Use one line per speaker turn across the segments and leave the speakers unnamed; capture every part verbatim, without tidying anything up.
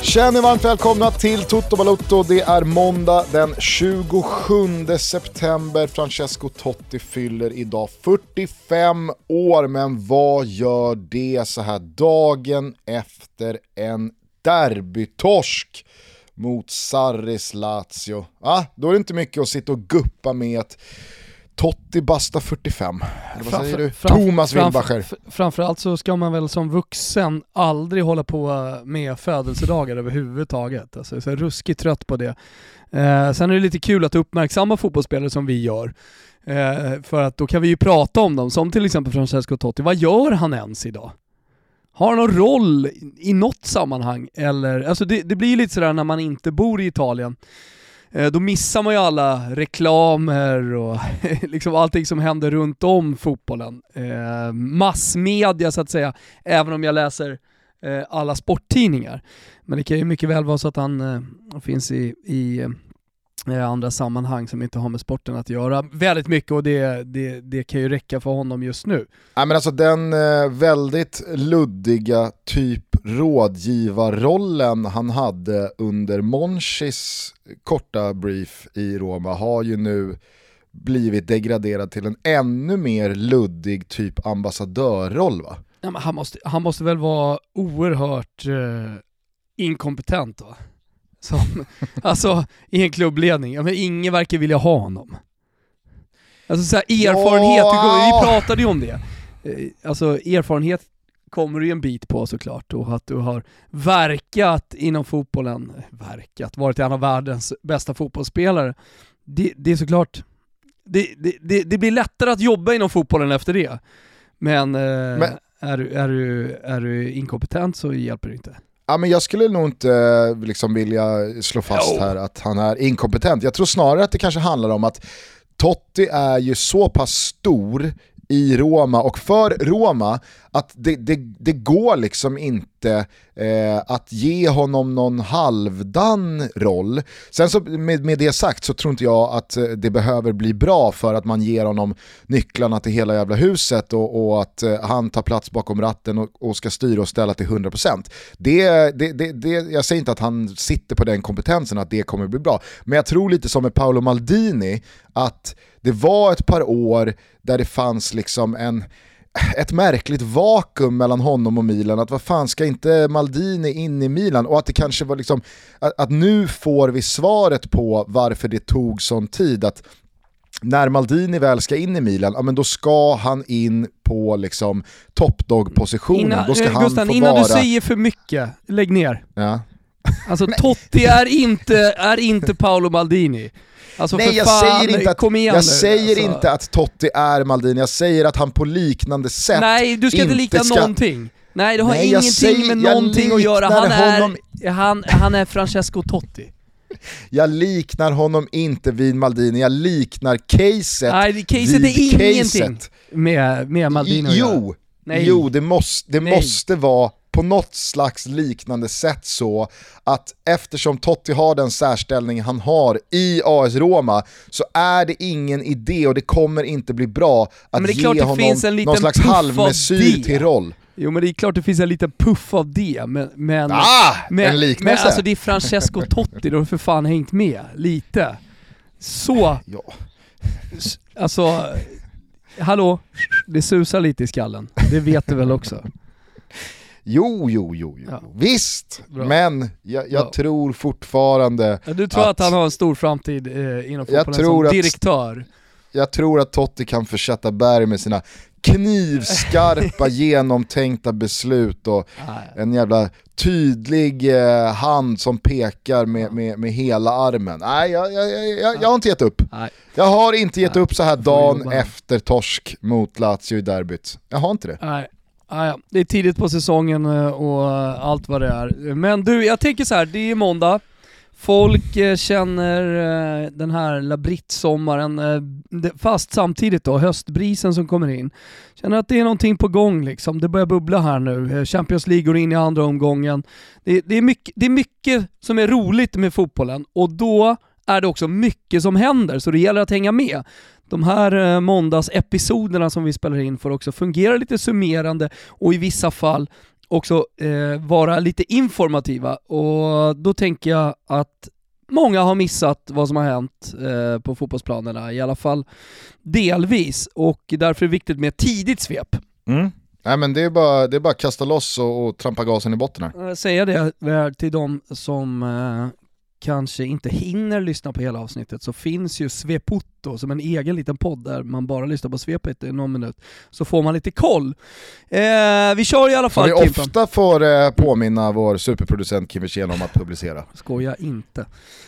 Känner ni varmt välkomna till Toto Balotto. Det är måndag den tjugosjunde september. Francesco Totti fyller idag fyrtiofem år. Men vad gör det så här dagen efter en derbytorsk mot Sarris Lazio? Ah, då är det inte mycket att sitta och guppa med att Totti basta fyrtiofem. Eller vad säger du?
Fram,
Thomas
fram,
Wilbacher.
fram, Framförallt så ska man väl som vuxen aldrig hålla på med födelsedagar överhuvudtaget. Alltså, så är jag ruskigt trött på det. Eh, sen är det lite kul att uppmärksamma fotbollsspelare som vi gör. Eh, för att då kan vi ju prata om dem. Som till exempel Francesco Totti. Vad gör han ens idag? Har han någon roll i, i något sammanhang? Eller, alltså det, det blir lite sådär när man inte bor i Italien. Då missar man ju alla reklamer och liksom allting som händer runt om fotbollen. Eh, massmedia så att säga, även om jag läser eh, alla sporttidningar. Men det kan ju mycket väl vara så att han eh, finns i, i eh, andra sammanhang som inte har med sporten att göra. Väldigt mycket, och det, det, det kan ju räcka för honom just nu.
Ja, men alltså den eh, väldigt luddiga typ rådgivarrollen han hade under Monchis korta brief i Roma har ju nu blivit degraderad till en ännu mer luddig typ ambassadörroll, va?
Ja, men han, måste, han måste väl vara oerhört eh, inkompetent, va? Som, alltså i en klubbledning. Ja, men ingen verkar vilja ha honom. Alltså så här, erfarenhet, ja. Vi pratade ju om det. Alltså erfarenhet kommer du en bit på såklart, och att du har verkat inom fotbollen, verkat, varit en av världens bästa fotbollsspelare. Det, det är såklart, det, det, det, det blir lättare att jobba inom fotbollen efter det. Men, eh, Men är, du, är, du, är du inkompetent så hjälper det inte.
Ja, men jag skulle nog inte liksom vilja slå fast jo. här att han är inkompetent. Jag tror snarare att det kanske handlar om att Totti är ju så pass stor i Roma och för Roma att det, det, det går liksom inte eh, att ge honom någon halvdan roll. Sen så med, med det sagt så tror inte jag att det behöver bli bra för att man ger honom nycklarna till hela jävla huset och, och att eh, han tar plats bakom ratten och, och ska styra och ställa till hundra procent. Det, det, det, det, jag säger inte att han sitter på den kompetensen att det kommer bli bra. Men jag tror lite som med Paolo Maldini att det var ett par år där det fanns liksom en ett märkligt vakuum mellan honom och Milan, att vad fan ska inte Maldini in i Milan, och att det kanske var liksom att, att nu får vi svaret på varför det tog sån tid, att när Maldini väl ska in i Milan, ja men då ska han in på liksom toppdog-positionen. Då ska han
Gusten,
få
innan
vara...
du säger för mycket, lägg ner.
Ja.
Alltså Totti är inte, är inte Paolo Maldini. Alltså
Nej, jag
fan,
säger, inte att,
kom igen
jag
nu,
säger
alltså.
inte att Totti är Maldini. Jag säger att han på liknande sätt.
Nej, du ska inte likna
ska...
någonting. Nej, det har
Nej,
ingenting
säger,
med någonting att göra. Han
honom...
är, han, han är Francesco Totti.
Jag liknar honom inte vid Maldini. Jag liknar caset.
Nej, caset är ingenting med, med Maldini.
Jo,
Nej.
jo det, måste, det måste vara på något slags liknande sätt så att eftersom Totti har den särställning han har i A S Roma så är det ingen idé och det kommer inte bli bra att ge honom någon slags halvmesyr till roll.
Jo, men det är klart det finns en liten puff av det, men, men,
ah,
men,
en liknelse.
Men alltså det är Francesco Totti, då har för fan hängt med lite. Så,
ja.
Alltså, hallå, det susar lite i skallen, det vet du väl också.
Jo, jo, jo, jo. Ja. Visst, bra. Men jag, jag
ja.
tror fortfarande
ja, du tror att, att han har en stor framtid eh, inom fotbollen som
att,
direktör.
Jag tror att Totti kan försätta berg med sina knivskarpa genomtänkta beslut och en jävla tydlig eh, hand som pekar med, med, med hela armen. Nej, jag, jag, jag, jag har inte gett upp.
Nej.
Jag har inte gett
Nej.
upp så här dagen efter torsk mot Lazio i derbyt. Jag har inte det.
Nej. Ah, ja. Det är tidigt på säsongen och allt vad det är. Men du, jag tänker så här, det är måndag. Folk eh, känner eh, den här labritt-sommaren eh, fast samtidigt då, höstbrisen som kommer in. Känner att det är någonting på gång liksom. Det börjar bubbla här nu. Champions League går in i andra omgången. Det, det, är mycket, det är mycket som är roligt med fotbollen och då är det också mycket som händer, så det gäller att hänga med. De här eh, måndagsepisoderna som vi spelar in får också fungera lite summerande och i vissa fall också eh, vara lite informativa, och då tänker jag att många har missat vad som har hänt eh, på fotbollsplanerna, i alla fall delvis, och därför är det viktigt med ett tidigt svep.
Mm. Nej, men det är bara det är bara att kasta loss och, och trampa gasen i botten här.
Jag säger det till de som eh, kanske inte hinner lyssna på hela avsnittet, så finns ju Svepotto som en egen liten podd där man bara lyssnar på svepet i någon minut, så får man lite koll. Eh, vi kör i alla fall.
Så vi Kimpa. ofta får eh, påminna vår superproducent Kim Wirsén om att publicera.
Skoja inte.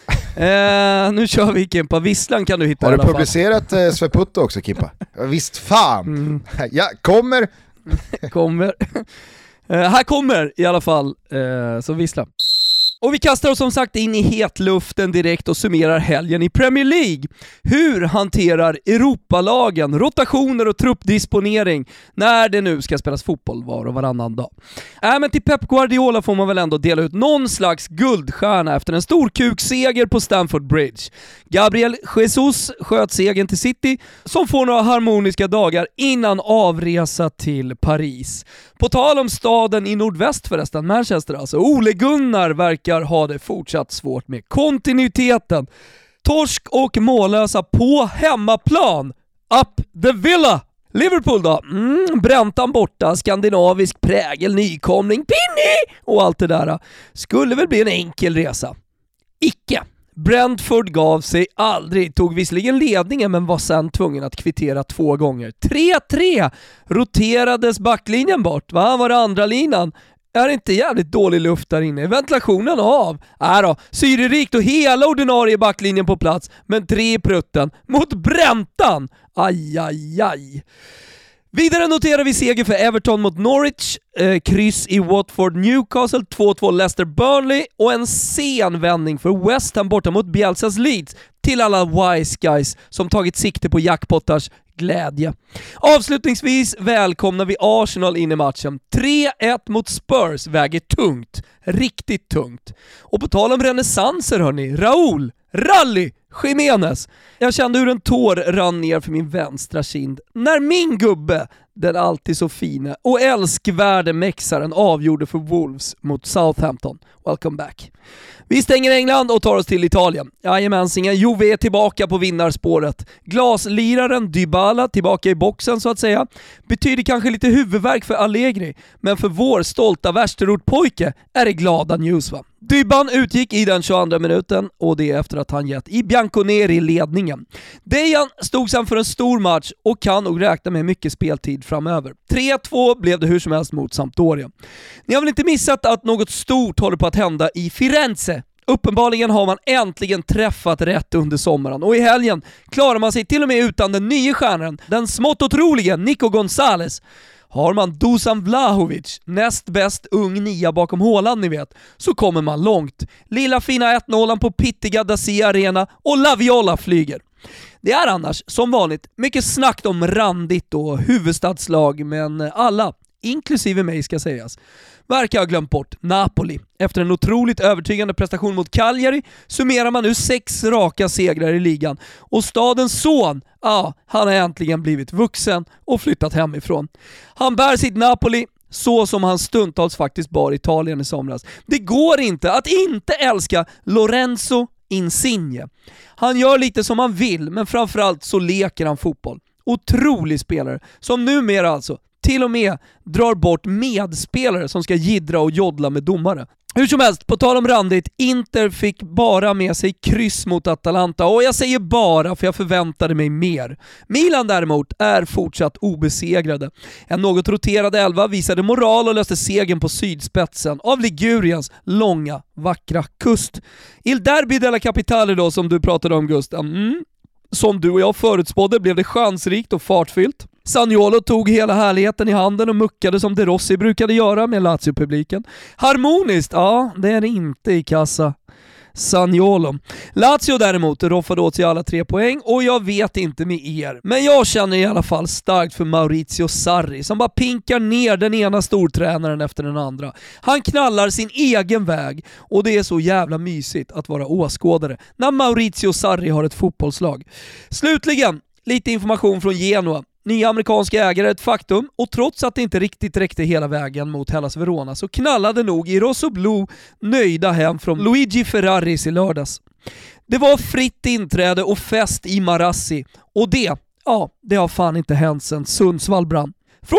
eh, nu kör vi, Kimpa. Visslan kan du hitta.
Har
i
du
alla
publicerat eh, Svepotto också, Kimpa? Visst fan. Mm. Ja, kommer.
kommer. eh, här kommer i alla fall eh, så vissla. Och vi kastar oss som sagt in i hetluften direkt och summerar helgen i Premier League. Hur hanterar Europalagen rotationer och truppdisponering när det nu ska spelas fotboll var och varannan dag? Äh, men till Pep Guardiola får man väl ändå dela ut någon slags guldstjärna efter en stor kukseger på Stamford Bridge. Gabriel Jesus sköt segern till City, som får några harmoniska dagar innan avresa till Paris. På tal om staden i nordväst förresten, Manchester alltså, Ole Gunnar verkar har det fortsatt svårt med kontinuiteten. Torsk och mållösa på hemmaplan. Up the Villa. Liverpool då? Mm, Bräntan borta, skandinavisk prägel, nykomling, Pinny och allt det där. Skulle väl bli en enkel resa. Icke. Brentford gav sig aldrig, tog visserligen ledningen men var sen tvungen att kvittera två gånger. tre tre roterades backlinjen bort, va? Var det andra linan? Är det inte jävligt dålig luft där inne? Ventilationen av? Äh då, syrerikt och hela ordinarie backlinjen på plats, men tre i prutten mot Bräntan. Aj, aj, aj. Vidare noterar vi seger för Everton mot Norwich, eh, kryss i Watford Newcastle, två två Leicester Burnley och en sen vändning för West Ham borta mot Bielsas Leeds, till alla wise guys som tagit sikte på jackpottars glädje. Avslutningsvis välkomnar vi Arsenal in i matchen. tre ett mot Spurs väger tungt, riktigt tungt. Och på tal om renässanser hörni, Raúl, Rally, Jiménez. Jag kände hur en tår rann ner för min vänstra kind när min gubbe, den alltid så fina och älskvärde mexaren, avgjorde för Wolves mot Southampton. Welcome back. Vi stänger England och tar oss till Italien. Jajamensingen, Juve är tillbaka på vinnarspåret. Glasliraren Dybala tillbaka i boxen så att säga. Betyder kanske lite huvudvärk för Allegri, men för vår stolta värsterortpojke är det glada news, va? Dybban utgick i den tjugoandra minuten, och det efter att han gett i Bianconeri ledningen. Dejan stod sen för en stor match och kan nog räkna med mycket speltid framöver. tre två blev det hur som helst mot Sampdoria. Ni har väl inte missat att något stort håller på att hända i Firenze? Uppenbarligen har man äntligen träffat rätt under sommaren, och i helgen klarar man sig till och med utan den nya stjärnan, den smått otroliga Nico González. Har man Dusan Vlahovic, näst bäst ung nia bakom Haaland ni vet, så kommer man långt. Lilla fina ett noll på pittiga Dacia Arena och La Viola flyger. Det är annars, som vanligt, mycket snack om randigt och huvudstadslag, men alla, inklusive mig ska sägas, verkar ha glömt bort Napoli. Efter en otroligt övertygande prestation mot Cagliari summerar man nu sex raka segrar i ligan, och stadens son, ja, han har äntligen blivit vuxen och flyttat hemifrån. Han bär sitt Napoli så som han stundtals faktiskt bar Italien i somras. Det går inte att inte älska Lorenzo Insigne. Han gör lite som han vill, men framförallt så leker han fotboll. Otrolig spelare som numera alltså till och med drar bort medspelare som ska jiddra och joddla med domare. Hur som helst, på tal om randigt, Inter fick bara med sig kryss mot Atalanta, och jag säger bara för jag förväntade mig mer. Milan däremot är fortsatt obesegrade. En något roterad elva visade moral och löste segern på sydspetsen av Liguriens långa, vackra kust. Il Derby della Capitale då, som du pratade om Gustav. Mm. Som du och jag förutspådde blev det chansrikt och fartfyllt. Zaniolo tog hela härligheten i handen och muckade som De Rossi brukade göra med Lazio-publiken. Harmoniskt, ja, det är det inte i kassa. Zaniolo. Lazio däremot roffade åt sig alla tre poäng, och jag vet inte med er, men jag känner i alla fall starkt för Maurizio Sarri som bara pinkar ner den ena stortränaren efter den andra. Han knallar sin egen väg, och det är så jävla mysigt att vara åskådare när Maurizio Sarri har ett fotbollslag. Slutligen lite information från Genoa. nya amerikanska ägare är ett faktum, och trots att det inte riktigt räckte hela vägen mot Hellas Verona så knallade nog i Rossoblu nöjda hem från Luigi Ferraris i lördags. Det var fritt inträde och fest i Marassi, och det, ja, det har fan inte hänt sen Sundsvall brann. Från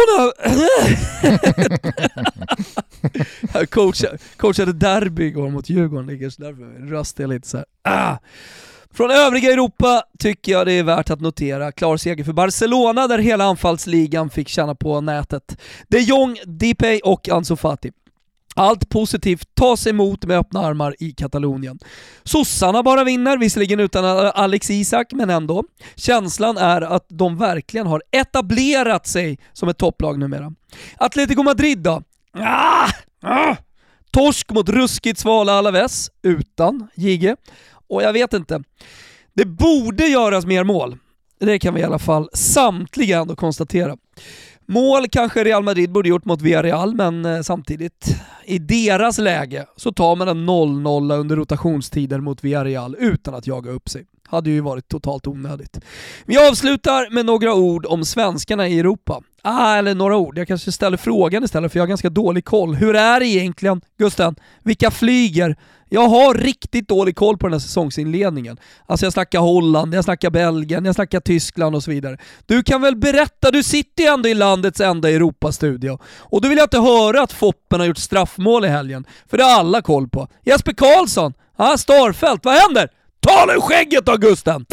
jag coachade, coachade derby igår mot Djurgården, ligger så därför röstar jag lite så här. Ah. Från övriga Europa tycker jag det är värt att notera klar seger för Barcelona, där hela anfallsligan fick känna på nätet. De Jong, Depay och Ansu Fati. Allt positivt tas emot med öppna armar i Katalonien. Sossarna bara vinner, visserligen utan Alex Isak, men ändå. Känslan är att de verkligen har etablerat sig som ett topplag numera. Atletico Madrid då? Ah! Ah! Torsk mot ruskigt svala Alaves utan Jigge. Och jag vet inte. Det borde göras mer mål. Det kan vi i alla fall samtliga ändå konstatera. Mål kanske Real Madrid borde gjort mot Villarreal, men eh, samtidigt i deras läge så tar man en noll noll under rotationstider mot Villarreal utan att jaga upp sig. Hade ju varit totalt onödigt. Vi avslutar med några ord om svenskarna i Europa. Ah, eller några ord. Jag kanske ställer frågan istället, för jag har ganska dålig koll. Hur är det egentligen, Gusten? Vilka flyger? Jag har riktigt dålig koll på den här säsongsinledningen. Alltså jag snackar Holland, jag snackar Belgien, jag snackar Tyskland och så vidare. Du kan väl berätta, du sitter ju ändå i landets enda Europastudio. Och då vill jag inte höra att Foppen har gjort straffmål i helgen. För det har alla koll på. Jesper Karlsson, ah, Starfelt, vad händer? Ta nu skägget då, Gusten!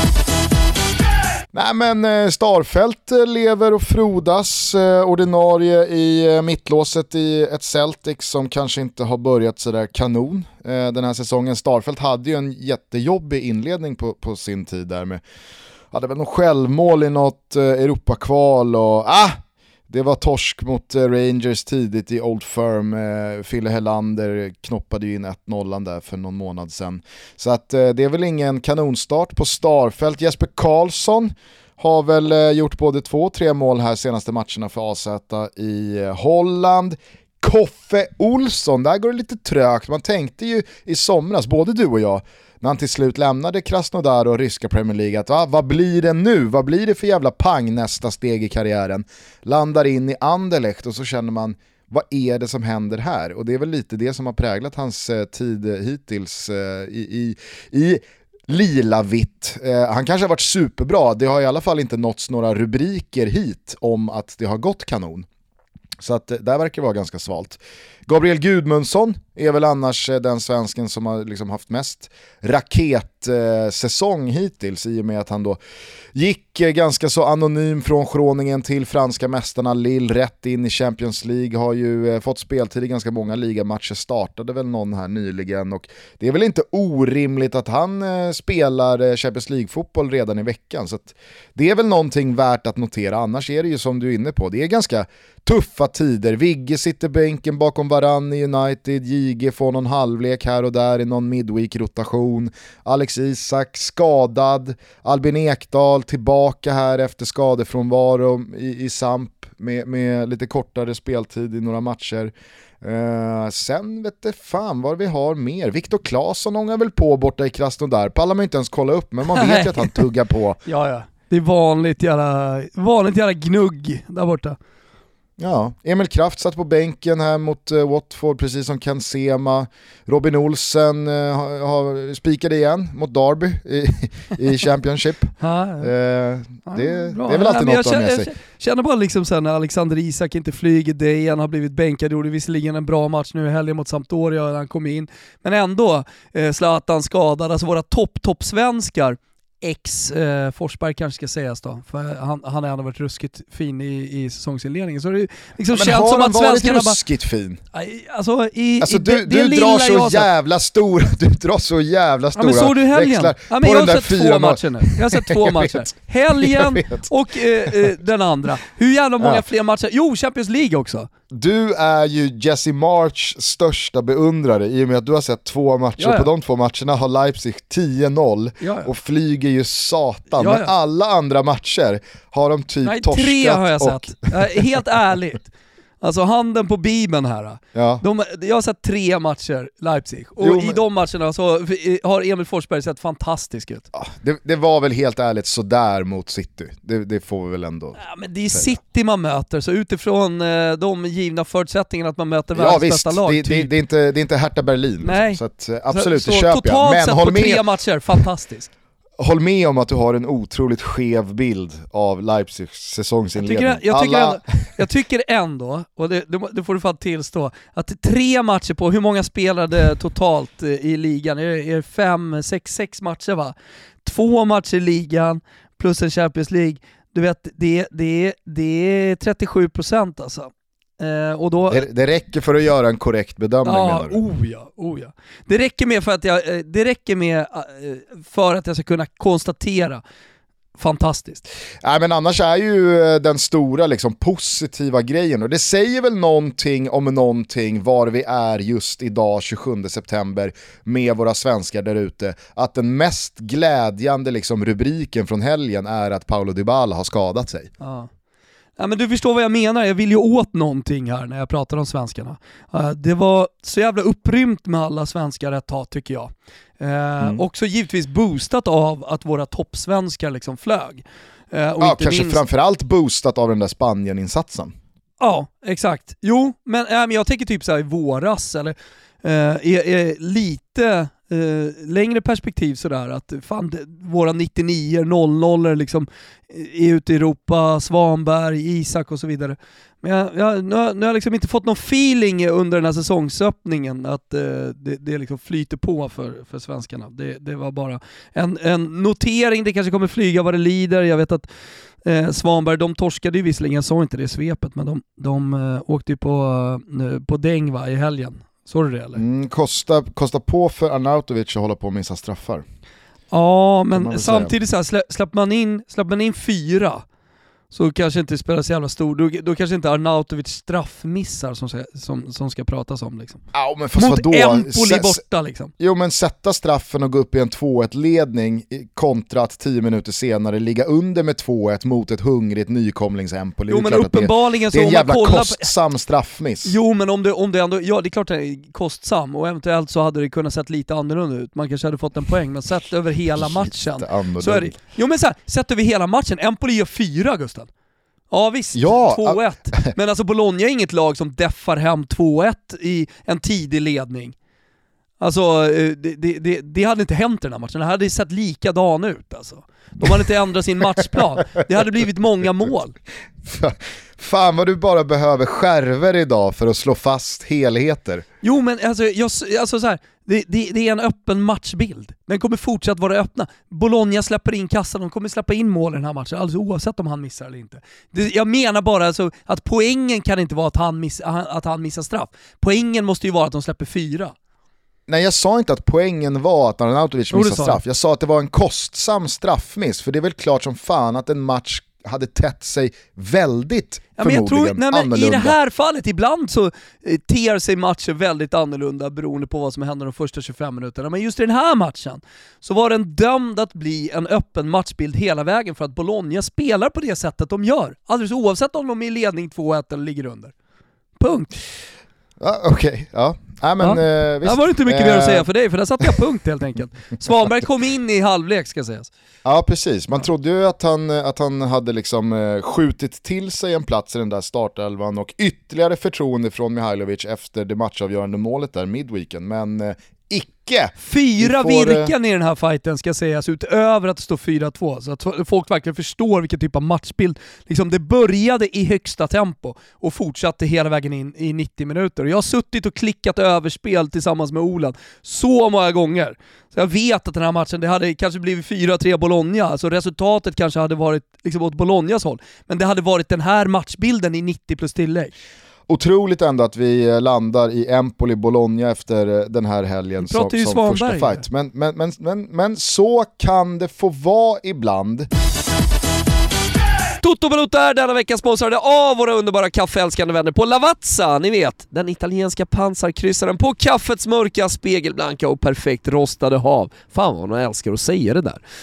Nej men Starfelt lever och frodas, ordinarie i mittlåset i ett Celtic som kanske inte har börjat sådär kanon den här säsongen. Starfelt hade ju en jättejobbig inledning på, på sin tid där med, hade väl något självmål i något Europakval och ah! Det var torsk mot Rangers tidigt i Old Firm. Fille Hellander knoppade ju in ett noll där för någon månad sedan. Så att det är väl ingen kanonstart på Starfelt. Jesper Karlsson har väl gjort både två och tre mål här senaste matcherna för A Z i Holland. Koffe Olsson, där går det lite trögt. Man tänkte ju i somras, både du och jag, när han till slut lämnade Krasnodar och ryska Premier League, att va, vad blir det nu? Vad blir det för jävla pang nästa steg i karriären? Landar in i Anderlecht och så känner man, vad är det som händer här? Och det är väl lite det som har präglat hans eh, tid hittills eh, i, i, i lila-vitt. Eh, han kanske har varit superbra, det har i alla fall inte nåtts några rubriker hit om att det har gått kanon. Så att där verkar vara ganska svalt. Gabriel Gudmundsson är väl annars den svensken som har liksom haft mest raketsäsong hittills, i och med att han då gick ganska så anonym från Groningen till franska mästarna Lille, rätt in i Champions League, har ju fått speltid i ganska många ligamatcher, startade väl någon här nyligen, och det är väl inte orimligt att han spelar Champions League-fotboll redan i veckan, så att det är väl någonting värt att notera. Annars är det ju som du är inne på, det är ganska tuffa tider. Vigge sitter bänken bakom varann i United, J G får någon halvlek här och där i någon midweek-rotation, Alex Isak skadad, Albin Ekdal tillbaka här efter skadefrånvaro i, i Samp med, med lite kortare speltid i några matcher. Uh, sen vet det fan vad vi har mer. Viktor Claesson ångar väl på borta i Krasnodar, pallar man inte ens kolla upp, men man vet ju att han tuggar på.
Ja, ja. Det är vanligt jävla, vanligt jävla gnugg där borta.
Ja, Emil Kraft satt på bänken här mot uh, Watford, precis som Ken Sema. Robin Olsen uh, har, har spikade igen mot Derby i, i Championship. uh, det, det är väl alltid ja, något att ha med sig. Jag
känner bara liksom sen när Alexander Isak inte flyger, Dejan har blivit bänkad, gjorde visserligen en bra match nu i helgen mot Sampdoria när han kom in. Men ändå, uh, Zlatan skadad, alltså våra topp-topp-svenskar. Ex eh, Forsberg kanske ska sägas då, för han, han har ändå varit ruskigt fin i, i säsongsinledningen, så det är liksom
ja,
känns som att svenskarna
bara ruskigt fin.
Alltså, i,
alltså
i
du,
det,
du
det
drar så
jag
jävla stora du drar så jävla stora
ja, men såg du helgen? Ja, men
på
jag
den
har
där
sett två matcher nu. Jag har sett två matcher. Helgen och eh, den andra. Hur jävla många ja. fler matcher? Jo, Champions League också.
Du är ju Jesse March största beundrare i och med att du har sett två matcher. Ja, ja. På de två matcherna har Leipzig tio noll ja, ja. och flyger ju satan. Ja, ja. Men alla andra matcher har de typ
Nej,
torskat.
tre har jag
och...
sett. Helt ärligt. Alltså handen på Bibeln här.
Ja.
De, jag har sett tre matcher Leipzig och
jo,
i
men...
de matcherna så har Emil Forsberg sett fantastisk ut.
Ja, det, det var väl helt ärligt sådär mot City. Det, det får vi väl ändå
ja, men det är
säga.
City man möter, så utifrån eh, de givna förutsättningarna att man möter världens
ja, visst,
bästa lag.
Det, det, det, är inte, det är inte Hertha Berlin.
Nej.
Så att, absolut,
så,
det
så
köper
totalt
jag. Men
sett
håll
på
med,
tre matcher, fantastiskt.
Håll med om att du har en otroligt skev bild av Leipzigs säsongsinledning.
Jag tycker, jag tycker,
Alla...
ändå, jag tycker ändå, och det, det får du fan tillstå, att tre matcher på, hur många spelade totalt i ligan? Är det fem, sex, sex matcher va? Två matcher i ligan plus en Champions League. Du vet, det, det, det är trettiosju procent alltså. Eh, och då,
det, det räcker för att göra en korrekt bedömning
ja,
menar du?
Oh ja, oh ja. Det räcker med för att jag, det räcker med för att jag ska kunna konstatera fantastiskt.
Nej, men annars är ju den stora liksom, positiva grejen, och det säger väl någonting om någonting var vi är just idag tjugosjunde september med våra svenskar där ute, att den mest glädjande liksom, rubriken från helgen är att Paulo Dybala har skadat sig.
Ja. Ja, men du förstår vad jag menar, jag vill ju åt någonting här när jag pratar om svenskarna. Uh, det var så jävla upprymt med alla svenskar ett tag tycker jag. Uh, mm. Också givetvis boostat av att våra toppsvenskar liksom flög. Uh, och
ja,
inte
kanske
minst...
framförallt boostat av den där Spanien-insatsen.
Ja, exakt. Jo, men, äh, men jag tänker typ så här i våras, eller uh, är, är lite... Uh, längre perspektiv sådär att fan, det, våra nittionio noll noll liksom är ute i Europa, Svanberg, Isak och så vidare. Men jag, jag, nu, har, nu har jag liksom inte fått någon feeling under den här säsongsöppningen att uh, det, det liksom flyter på för, för svenskarna. Det, det var bara en, en notering, det kanske kommer flyga vad det lider. Jag vet att uh, Svanberg, de torskade ju visserligen, jag sa inte det i svepet, men de, de uh, åkte ju på, uh, på däng va, i helgen. Så är det eller?
Mm, kosta, kosta på för Arnautovic att hålla på med missa straffar.
Ja, men samtidigt så här, slä, släpper man in, släpper man in fyra så kanske inte spelar så jävla stor. Då, då kanske inte Arnautovic straffmissar som ska, som, som ska pratas om liksom.
Ja, men fast
mot
vadå?
Empoli borta liksom.
Jo, men sätta straffen och gå upp i en två ett-ledning kontra att tio minuter senare ligga under med två ett mot ett hungrigt nykomlings-Empoli.
Jo, men uppenbarligen
det är,
så
det är en jävla kostsam
på...
straffmiss.
Jo, men om det, om det ändå... Ja, det är klart det är kostsam och eventuellt så hade det kunnat sett lite annorlunda ut. Man kanske hade fått en poäng, men sett över hela matchen. Så är det. Jo, men så här, sett över hela matchen. Empoli gör fyra, Gustav. Ja visst, ja, två ett. Men alltså Bologna är inget lag som deffar hem två ett i en tidig ledning. Alltså det, det, det, det hade inte hänt i den här matchen. Det hade sett likadan ut alltså. De hade inte ändrat sin matchplan. Det hade blivit många mål.
Fan vad du bara behöver skärver idag för att slå fast helheter.
Jo men alltså, jag, alltså så här, det, det, det är en öppen matchbild. Den kommer fortsatt vara öppna. Bologna släpper in kassan, de kommer släppa in mål i den här matchen, alltså oavsett om han missar eller inte. Det, jag menar bara alltså, att poängen kan inte vara att han, miss, att han missar straff. Poängen måste ju vara att de släpper fyra.
Nej, jag sa inte att poängen var att Arnautovic missade straff. Jag sa att det var en kostsam straffmiss, för det är väl klart som fan att en match hade tätt sig väldigt ja, men jag tror, nej, men annorlunda.
I det här fallet, ibland så ter sig matcher väldigt annorlunda beroende på vad som händer de första tjugofem minuterna. Men just i den här matchen så var den dömd att bli en öppen matchbild hela vägen för att Bologna spelar på det sättet de gör. Alldeles oavsett om de är i ledning två ett eller ligger under. Punkt.
Ja, okej, okay. ja. Ja, men,
ja.
Eh,
det var det inte mycket mer att säga för dig, för där satte jag punkt helt enkelt. Svanberg kom in i halvlek ska sägas.
Ja, precis. Man trodde ju att han, att han hade liksom eh, skjutit till sig en plats i den där startelvan och ytterligare förtroende från Mihailovic efter det matchavgörande målet där midweeken, men eh, icke!
Fyra
får,
virken i den här fighten ska sägas, utöver att det står fyra två, så att folk verkligen förstår vilken typ av matchbild. Liksom det började i högsta tempo och fortsatte hela vägen in i nittio minuter. Och jag har suttit och klickat överspel tillsammans med Olan så många gånger. Så jag vet att den här matchen, det hade kanske blivit fyra tre Bologna, alltså resultatet kanske hade varit liksom åt Bolognas håll. Men det hade varit den här matchbilden i nittio plus tillägg.
Otroligt ändå att vi landar i Empoli Bologna efter den här helgen som, som första fight. Men, men, men, men, men så kan det få vara ibland.
Toto Valuta är denna vecka sponsrade av våra underbara kaffeälskande vänner på Lavazza. Ni vet, den italienska pansarkryssaren på kaffets mörka, spegelblanka och perfekt rostade hav. Fan vad man älskar att säga det där.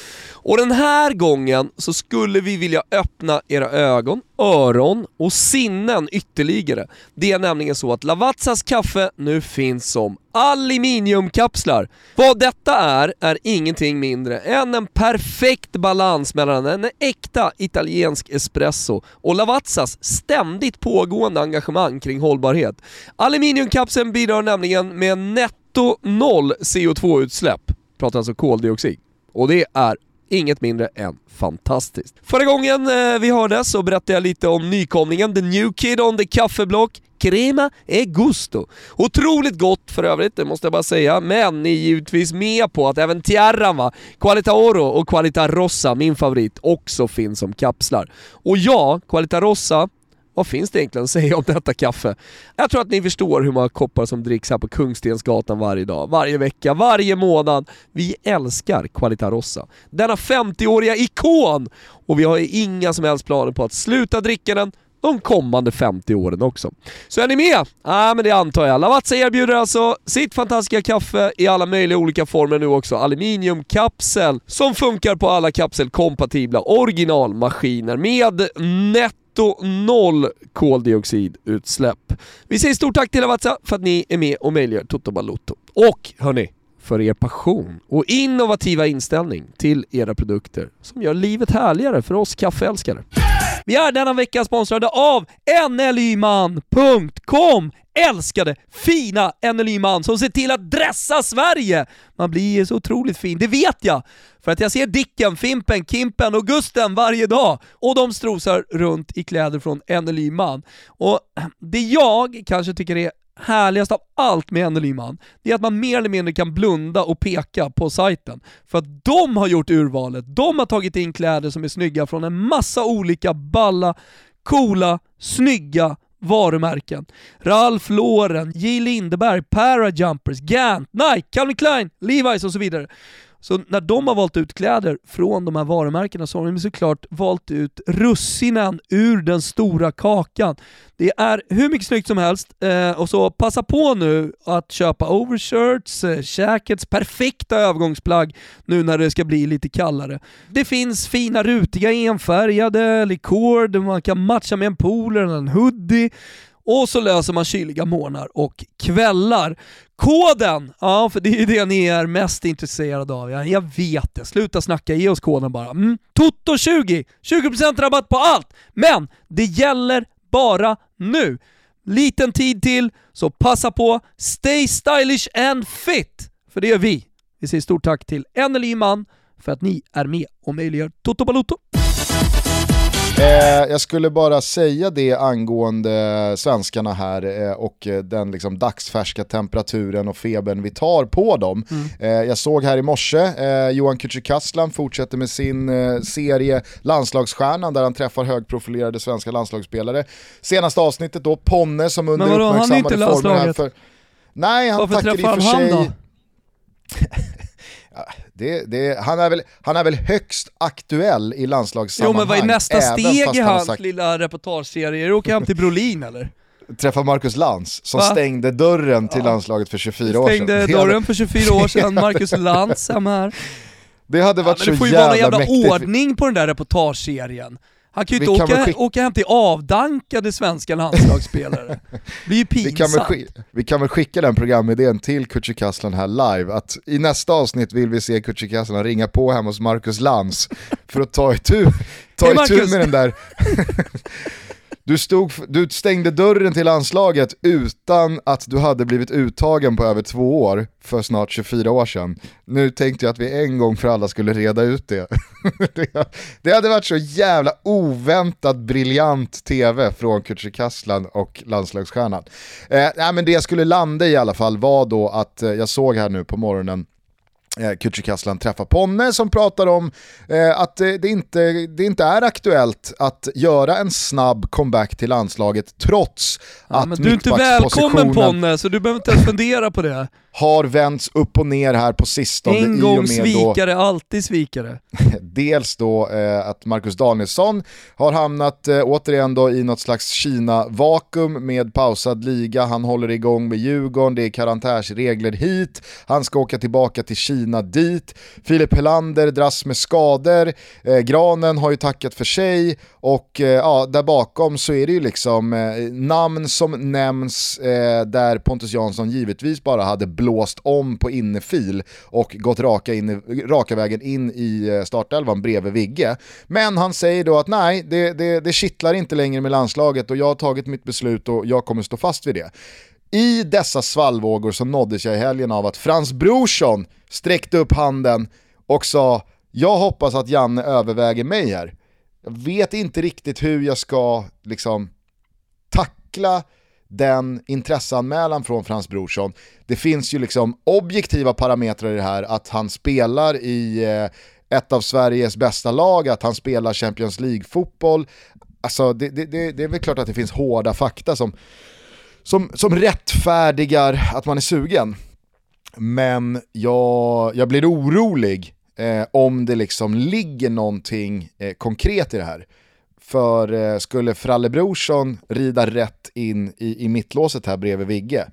Och den här gången så skulle vi vilja öppna era ögon, öron och sinnen ytterligare. Det är nämligen så att Lavazzas kaffe nu finns som aluminiumkapslar. Vad detta är, är ingenting mindre än en perfekt balans mellan en äkta italiensk espresso och Lavazzas ständigt pågående engagemang kring hållbarhet. Aluminiumkapseln bidrar nämligen med netto noll C O två utsläpp, pratar alltså koldioxid. Och det är inget mindre än fantastiskt. Förra gången eh, vi hörde så berättade jag lite om nykomlingen The New Kid on the Kaffeblock, Crema e Gusto. Otroligt gott för övrigt, det måste jag bara säga. Men ni är givetvis med på att även Tierra, Qualità Oro och Qualità Rossa, min favorit, också finns som kapslar. Och ja, Qualità Rossa, vad finns det egentligen att säga om detta kaffe? Jag tror att ni förstår hur många koppar som dricks här på Kungstensgatan varje dag, varje vecka, varje månad. Vi älskar Qualità Rossa, denna femtioåriga ikon. Och vi har inga som helst planer på att sluta dricka den de kommande femtio åren också. Så är ni med? Ja, ah, men det antar jag. Lavazza erbjuder alltså sitt fantastiska kaffe i alla möjliga olika former nu också. Aluminiumkapsel som funkar på alla kapselkompatibla originalmaskiner med netto noll koldioxidutsläpp. Vi säger stort tack till Lavazza för att ni är med och möjliggör Toto Balotto. Och hörni, för er passion och innovativa inställning till era produkter som gör livet härligare för oss kaffeälskare. Vi är denna vecka sponsrade av N L Y man punkt com. Älskade, fina N L Y man som ser till att dressa Sverige. Man blir så otroligt fin, det vet jag. För att jag ser Dicken, Fimpen, Kimpen och Gusten varje dag. Och de strosar runt i kläder från N L Y man. Och det jag kanske tycker är härligast av allt med N L Y man, det är att man mer eller mindre kan blunda och peka på sajten. För att de har gjort urvalet. De har tagit in kläder som är snygga från en massa olika balla, coola, snygga varumärken. Ralph Lauren, J. Lindeberg, Parajumpers, Gant, Nike, Calvin Klein, Levi's och så vidare. Så när de har valt ut kläder från de här varumärkena så har de såklart valt ut russinen ur den stora kakan. Det är hur mycket snyggt som helst eh, och så passa på nu att köpa overshirts, eh, jackets, perfekta övergångsplagg nu när det ska bli lite kallare. Det finns fina rutiga enfärgade likord, man kan matcha med en polo eller en hoodie. Och så löser man kyliga morgnar och kvällar. Koden, ja för det är ju det ni är mest intresserade av. Ja, jag vet det, sluta snacka, ge oss koden bara. Mm. Toto tjugo, tjugo procent rabatt på allt. Men det gäller bara nu. Liten tid till, så passa på. Stay stylish and fit. För det gör vi. Vi säger stort tack till N L Y man för att ni är med och möjliggör Toto Balotto.
Eh, jag skulle bara säga det angående svenskarna här eh, och den liksom dagsfärska temperaturen och febern vi tar på dem. Mm. Eh, jag såg här i morse eh, Johan Kücükaslan fortsätter med sin eh, serie Landslagsstjärnan där han träffar högprofilerade svenska landslagsspelare. Senaste avsnittet då Ponne som under
vadå,
uppmärksammade former här för... Nej, han
varför
tackar i och för
sig...
Han Det, det, han, är väl, han är väl högst aktuell i landslagssammanhang.
Jo, men vad är nästa steg i hans
sagt...
lilla reportageserie? Är det åka hem till Brolin eller?
Träffa Marcus Lantz som Va? stängde dörren till ja. landslaget för tjugofyra år sedan.
Stängde dörren för tjugofyra år sedan, Marcus Lantz är här.
Det hade varit ja, så jävla mäktigt. Det får ju vara
någon jävla
mäktigt.
ordning på den där reportageserien. Han kan ju inte åka,
skick...
åka hem till avdankade svenska landslagsspelare. Det blir ju pinsamt.
Vi kan, väl sk- vi kan väl skicka den programidén till Kücükaslan här live. Att i nästa avsnitt vill vi se Kücükaslan ringa på hem hos Marcus Lantz för att ta itu, ta hey, itu med den där... Du, stod, du stängde dörren till landslaget utan att du hade blivit uttagen på över två år för snart tjugofyra år sedan. Nu tänkte jag att vi en gång för alla skulle reda ut det. Det hade varit så jävla oväntat briljant tv från Kücükaslan och landslagsstjärnan. Eh, nej, men det jag skulle landa i alla fall var då att eh, jag såg här nu på morgonen Eh, Kücükaslan träffar Ponne som pratar om eh, att eh, det, inte, det inte är aktuellt att göra en snabb comeback till landslaget trots
ja,
att
men du är inte välkommen Ponne, så du behöver inte ens fundera på det.
har vänts upp och ner här på sistone.
En
i
gång
och med
svikare,
då,
alltid svikare.
dels då eh, att Marcus Danielsson har hamnat eh, återigen då i något slags Kina-vakuum med pausad liga. Han håller igång med Djurgården, det är karantärsregler hit. Han ska åka tillbaka till Kina dit. Filip Helander dras med skador. Eh, Granen har ju tackat för sig och eh, ja, där bakom så är det ju liksom eh, namn som nämns eh, där Pontus Jansson givetvis bara hade blåst om på innefil och gått raka, in, raka vägen in i startelvan bredvid Vigge. Men han säger då att nej, det, det, det kittlar inte längre med landslaget och jag har tagit mitt beslut och jag kommer stå fast vid det. I dessa svallvågor så nåddes jag i helgen av att Frans Brorsson sträckte upp handen och sa: jag hoppas att Janne överväger mig här. Jag vet inte riktigt hur jag ska liksom tackla den intresseanmälan från Frans Brorsson. Det finns ju liksom objektiva parametrar i det här, att han spelar i eh, ett av Sveriges bästa lag, att han spelar Champions League-fotboll. Alltså det, det, det, det är väl klart att det finns hårda fakta som, som, som rättfärdigar att man är sugen. Men jag, jag blir orolig eh, om det liksom ligger någonting eh, konkret i det här. För eh, skulle Fralle Brorsson rida rätt in i, i mittlåset här bredvid Vigge,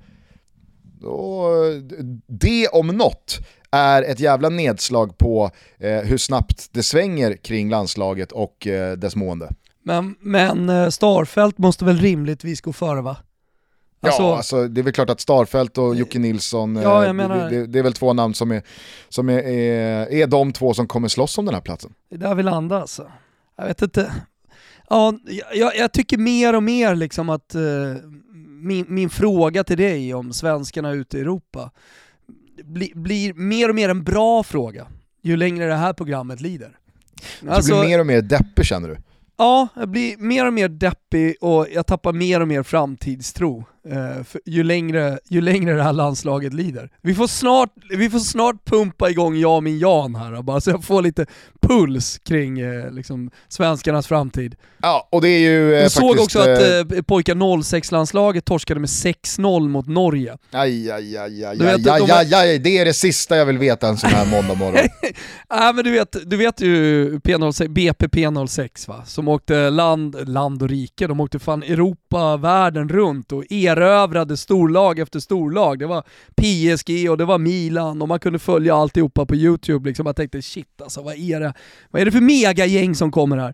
då, det om något är ett jävla nedslag på eh, hur snabbt det svänger kring landslaget och eh, dess mående.
Men, men Starfelt måste väl rimligtvis gå före, va?
Alltså, ja, alltså det är väl klart att Starfelt och Jocke Nilsson,
ja, jag menar,
det, det, det är väl två namn som är, som är, är, är de två som kommer slåss om den här platsen.
Det där vill landa alltså. Jag vet inte. Ja, jag, jag tycker mer och mer liksom att uh, min, min fråga till dig om svenskarna ute i Europa bli, blir mer och mer en bra fråga ju längre det här programmet lider.
Alltså, du blir mer och mer deppig, känner du?
Ja, jag blir mer och mer deppig och jag tappar mer och mer framtidstro eh, för ju, längre, ju längre det här landslaget lider. Vi får snart, vi får snart pumpa igång jag min Jan här bara, så jag får lite puls kring eh, liksom, svenskarnas framtid.
Ja, och det är ju eh,
jag såg
faktiskt,
också att eh, pojkar noll sex-landslaget torskade med sex noll mot Norge.
Aj, aj, aj, aj,
vet,
aj, aj, de... aj, aj, det är det sista jag vill veta en sån här måndag morgon.
Ja, men du vet, du vet ju P noll sex, B P P noll sex, va? Som åkte land, land och rike, de åkte fan Europa, världen runt och erövrade storlag efter storlag. Det var P S G och det var Milan och man kunde följa alltihopa på YouTube. Liksom. Jag tänkte shit alltså, vad är det, vad är det för megagäng som kommer här?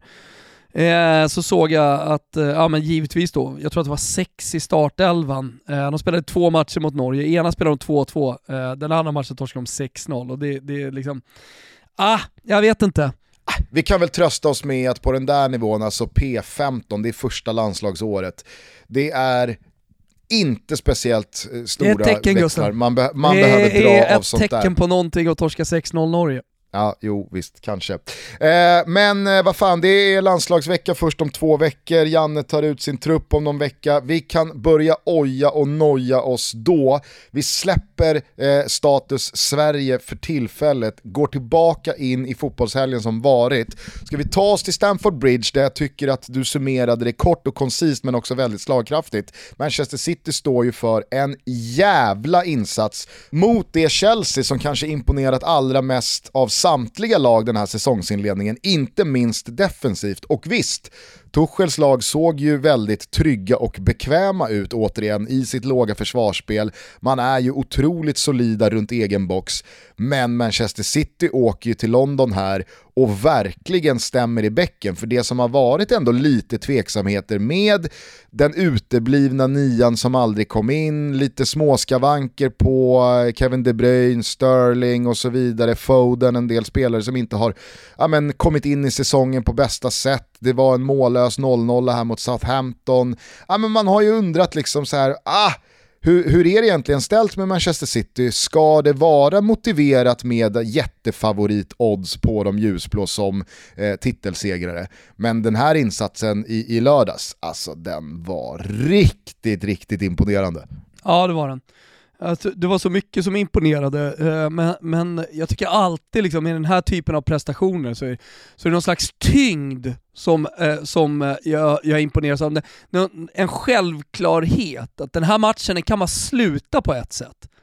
Eh, så såg jag att, eh, ja men givetvis då, jag tror att det var sex i startelvan. Eh, de spelade två matcher mot Norge, ena spelade de två två, eh, den andra matchen torskade de sex noll och det, det är liksom, ah, jag vet inte.
Vi kan väl trösta oss med att på den där nivån, alltså P femton, det är första landslagsåret. Det är inte speciellt stora
det är ett tecken,
växlar. Man, be- man
det
behöver dra av sånt där.
Det är ett tecken på någonting att torska sex noll Norge.
Ja, jo, visst, kanske. Eh, men eh, vad fan, det är landslagsvecka först om två veckor. Janne tar ut sin trupp om någon vecka. Vi kan börja oja och noja oss då. Vi släpper eh, status Sverige för tillfället. Går tillbaka in i fotbollshelgen som varit. Ska vi ta oss till Stamford Bridge, där jag tycker att du summerade det kort och koncist men också väldigt slagkraftigt. Manchester City står ju för en jävla insats mot det Chelsea som kanske imponerat allra mest av samtliga lag den här säsongsinledningen, inte minst defensivt. Och visst, Tuchels lag såg ju väldigt trygga och bekväma ut återigen i sitt låga försvarsspel. Man är ju otroligt solida runt egen box, men Manchester City åker ju till London här och verkligen stämmer i bäcken, för det som har varit ändå lite tveksamheter med den uteblivna nian som aldrig kom in, lite småskavanker på Kevin De Bruyne, Sterling och så vidare, Foden, en del spelare som inte har ja, men, kommit in i säsongen på bästa sätt. Det var en mållös noll noll här mot Southampton. Ja, men man har ju undrat liksom så här, ah, hur, hur är det egentligen ställt med Manchester City? Ska det vara motiverat med jättefavorit-odds på de ljusblå som eh, titelsegrare? Men den här insatsen i, i lördags, alltså den var riktigt, riktigt imponerande.
Ja, det var den. Alltså, det var så mycket som imponerade, eh, men, men jag tycker alltid liksom, i den här typen av prestationer så är, så är det någon slags tyngd som, eh, som jag, jag imponeras av. En självklarhet att den här matchen kan man sluta på ett sätt.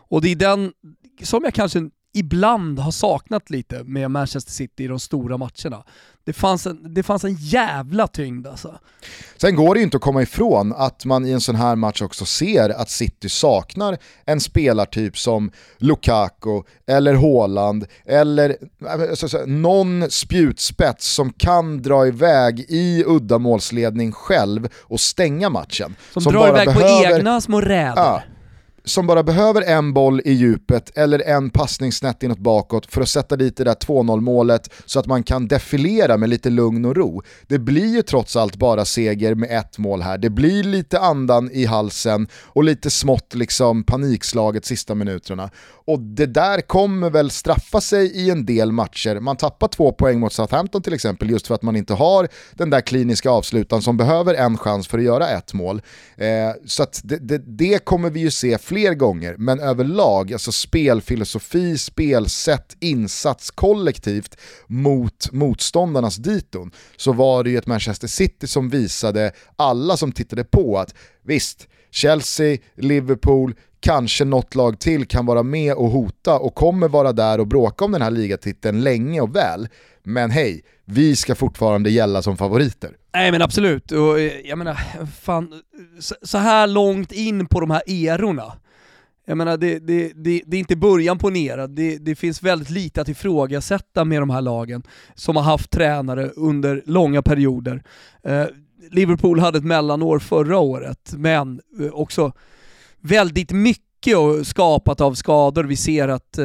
Och det är den som jag kanske ibland har saknat lite med Manchester City i de stora matcherna. Det fanns en, det fanns en jävla tyngd alltså.
Sen går det ju inte att komma ifrån att man i en sån här match också ser att City saknar en spelartyp som Lukaku eller Haaland eller så, så, någon spjutspets som kan dra iväg i uddamålsledning själv och stänga matchen.
Som,
som
drar
bara
iväg
behöver,
på egna små räder.
Ja, som bara behöver en boll i djupet eller en passning snett inåt bakåt för att sätta dit det där två noll målet så att man kan defilera med lite lugn och ro. Det blir ju trots allt bara seger med ett mål här. Det blir lite andan i halsen och lite smått liksom panikslaget sista minuterna. Och det där kommer väl straffa sig i en del matcher. Man tappar två poäng mot Southampton till exempel just för att man inte har den där kliniska avslutan som behöver en chans för att göra ett mål. Eh, så att det, det, det kommer vi ju se fler gånger. Men överlag, alltså spelfilosofi, spelsätt, insats kollektivt mot motståndarnas diton, så var det ju ett Manchester City som visade alla som tittade på att visst, Chelsea, Liverpool, kanske något lag till kan vara med och hota och kommer vara där och bråka om den här ligatiteln länge och väl. Men hej, vi ska fortfarande gälla som favoriter.
Nej men absolut, och jag menar, fan, så här långt in på de här erorna, jag menar det, det, det, det är inte början på en era, det, det finns väldigt lite att ifrågasätta med de här lagen som har haft tränare under långa perioder. Eh, Liverpool hade ett mellanår förra året, men också väldigt mycket skapat av skador. Vi ser att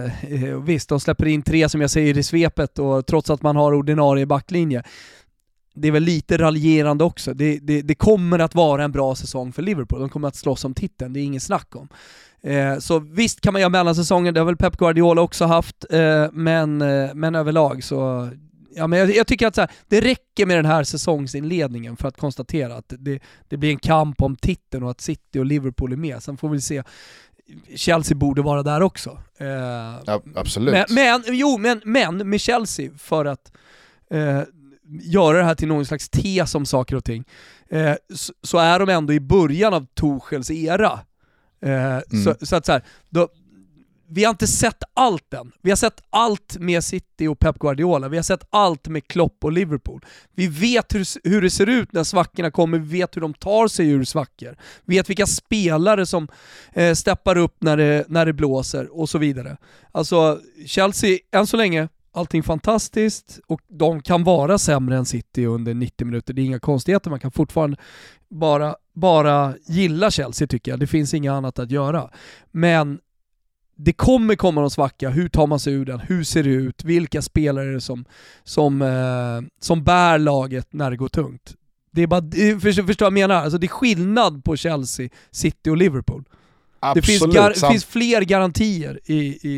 eh, visst, de släpper in tre som jag säger i svepet och trots att man har ordinarie backlinje. Det är väl lite raljerande också. Det, det, det kommer att vara en bra säsong för Liverpool. De kommer att slåss om titeln, det är ingen snack om. Eh, så visst kan man göra mellansäsongen, det har väl Pep Guardiola också haft, eh, men, eh, men överlag så... Ja, men jag, jag tycker att så här, det räcker med den här säsongsinledningen för att konstatera att det, det blir en kamp om titeln och att City och Liverpool är med. Sen får vi se, Chelsea borde vara där också. Eh,
ja, absolut.
Men, men, jo, men, men med Chelsea, för att eh, göra det här till någon slags tes om saker och ting, eh, så, så är de ändå i början av Tuchels era. Eh, mm. så, så att så här, då, vi har inte sett allt än. Vi har sett allt med City och Pep Guardiola. Vi har sett allt med Klopp och Liverpool. Vi vet hur, hur det ser ut när svackorna kommer. Vi vet hur de tar sig ur svackor. Vi vet vilka spelare som eh, steppar upp när det, när det blåser och så vidare. Alltså Chelsea, än så länge, allting fantastiskt och de kan vara sämre än City under nittio minuter. Det är inga konstigheter. Man kan fortfarande bara, bara gilla Chelsea tycker jag. Det finns inget annat att göra. Men det kommer komma någon svacka. Hur tar man sig ur den? Hur ser det ut? Vilka spelare är det som, som, eh, som bär laget när det går tungt? Det är bara, förstår du vad jag menar? Alltså det är skillnad på Chelsea, City och Liverpool.
Absolut.
Det finns, gar- det finns fler garantier i, i,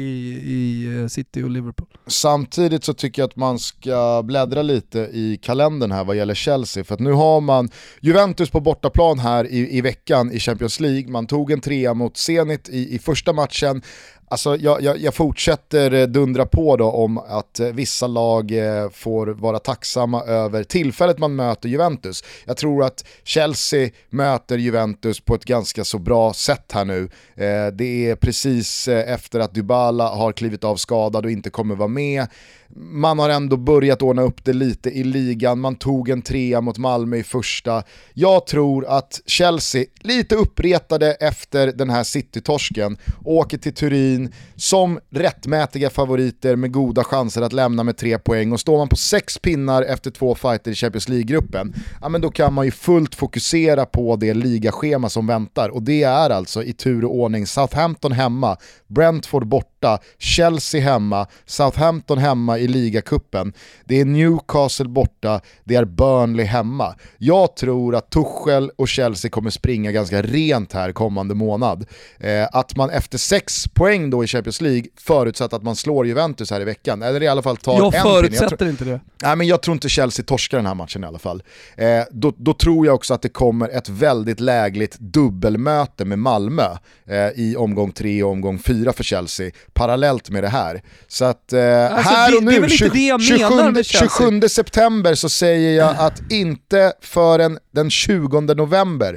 i City och Liverpool.
Samtidigt så tycker jag att man ska bläddra lite i kalendern här vad gäller Chelsea. För att nu har man Juventus på bortaplan här i, i veckan i Champions League. Man tog en trea mot Zenit i, i första matchen. Alltså jag, jag, jag fortsätter dundra på då om att vissa lag får vara tacksamma över tillfället man möter Juventus. Jag tror att Chelsea möter Juventus på ett ganska så bra sätt här nu. Det är precis efter att Dybala har klivit av skadad och inte kommer vara med. Man har ändå börjat ordna upp det lite i ligan. Man tog en trea mot Malmö i första. Jag tror att Chelsea, lite uppretade efter den här City-torsken, åker till Turin som rättmätiga favoriter med goda chanser att lämna med tre poäng. Och står man på sex pinnar efter två fighter i Champions League-gruppen, ja, men då kan man ju fullt fokusera på det ligaschema som väntar. Och det är alltså i tur och ordning Southampton hemma, Brentford borta, Chelsea hemma, Southampton hemma i ligacupen. Det är Newcastle borta, det är Burnley hemma. Jag tror att Tuchel och Chelsea kommer springa ganska rent här kommande månad. Eh, att man efter sex poäng då i Champions League, förutsatt att man slår Juventus här i veckan, eller i alla fall tar
jag
en
förutsätter
jag tro-
inte det.
Nej, men jag tror inte Chelsea torskar den här matchen i alla fall. Eh, då, då tror jag också att det kommer ett väldigt lägligt dubbelmöte med Malmö eh, i omgång tre och omgång fyra för Chelsea, parallellt med det här. Så att eh,
alltså,
här och
det,
nu,
det tjugo, tjugosjunde,
tjugosjunde september så säger jag att inte förrän den tjugonde november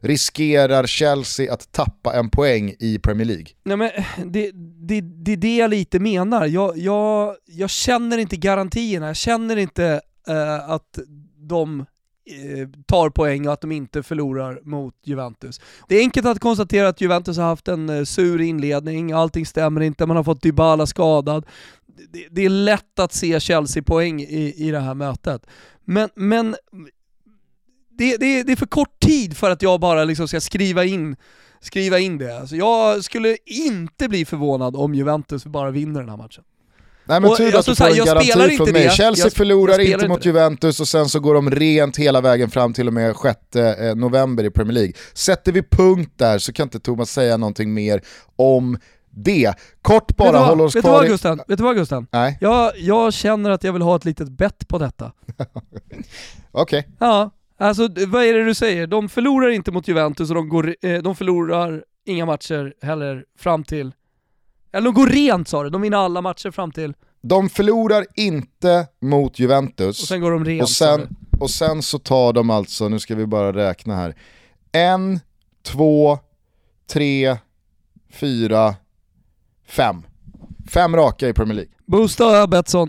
riskerar Chelsea att tappa en poäng i Premier League?
Nej, men det, det, det är det jag lite menar. Jag, jag, jag känner inte garantierna. Jag känner inte uh, att de tar poäng och att de inte förlorar mot Juventus. Det är enkelt att konstatera att Juventus har haft en sur inledning, allting stämmer inte, man har fått Dybala skadad. Det, det är lätt att se Chelsea-poäng i, i det här mötet. Men, men det, det, det är för kort tid för att jag bara liksom ska skriva in, skriva in det. Alltså jag skulle inte bli förvånad om Juventus bara vinner den här matchen.
Nej, men tur att du får en garanti från mig. Chelsea
jag,
förlorar
jag
inte mot
inte
Juventus och sen så går de rent hela vägen fram till och med sjätte november i Premier League. Sätter vi punkt där så kan inte Thomas säga någonting mer om det. Kort bara, håll oss
vet
kvar.
Du vad, Gusten? Vet du vad Gusten?
Nej.
Jag, jag känner att jag vill ha ett litet bett på detta.
Okej. Okay.
Ja, alltså vad är det du säger? De förlorar inte mot Juventus och de, går, eh, de förlorar inga matcher heller fram till... Eller de går rent, sa du. De vinner alla matcher fram till...
De förlorar inte mot Juventus.
Och sen går de rent.
Och sen, och sen så tar de alltså, nu ska vi bara räkna här. En, två, tre, fyra, fem. Fem raka i Premier League.
Boosta Betsson.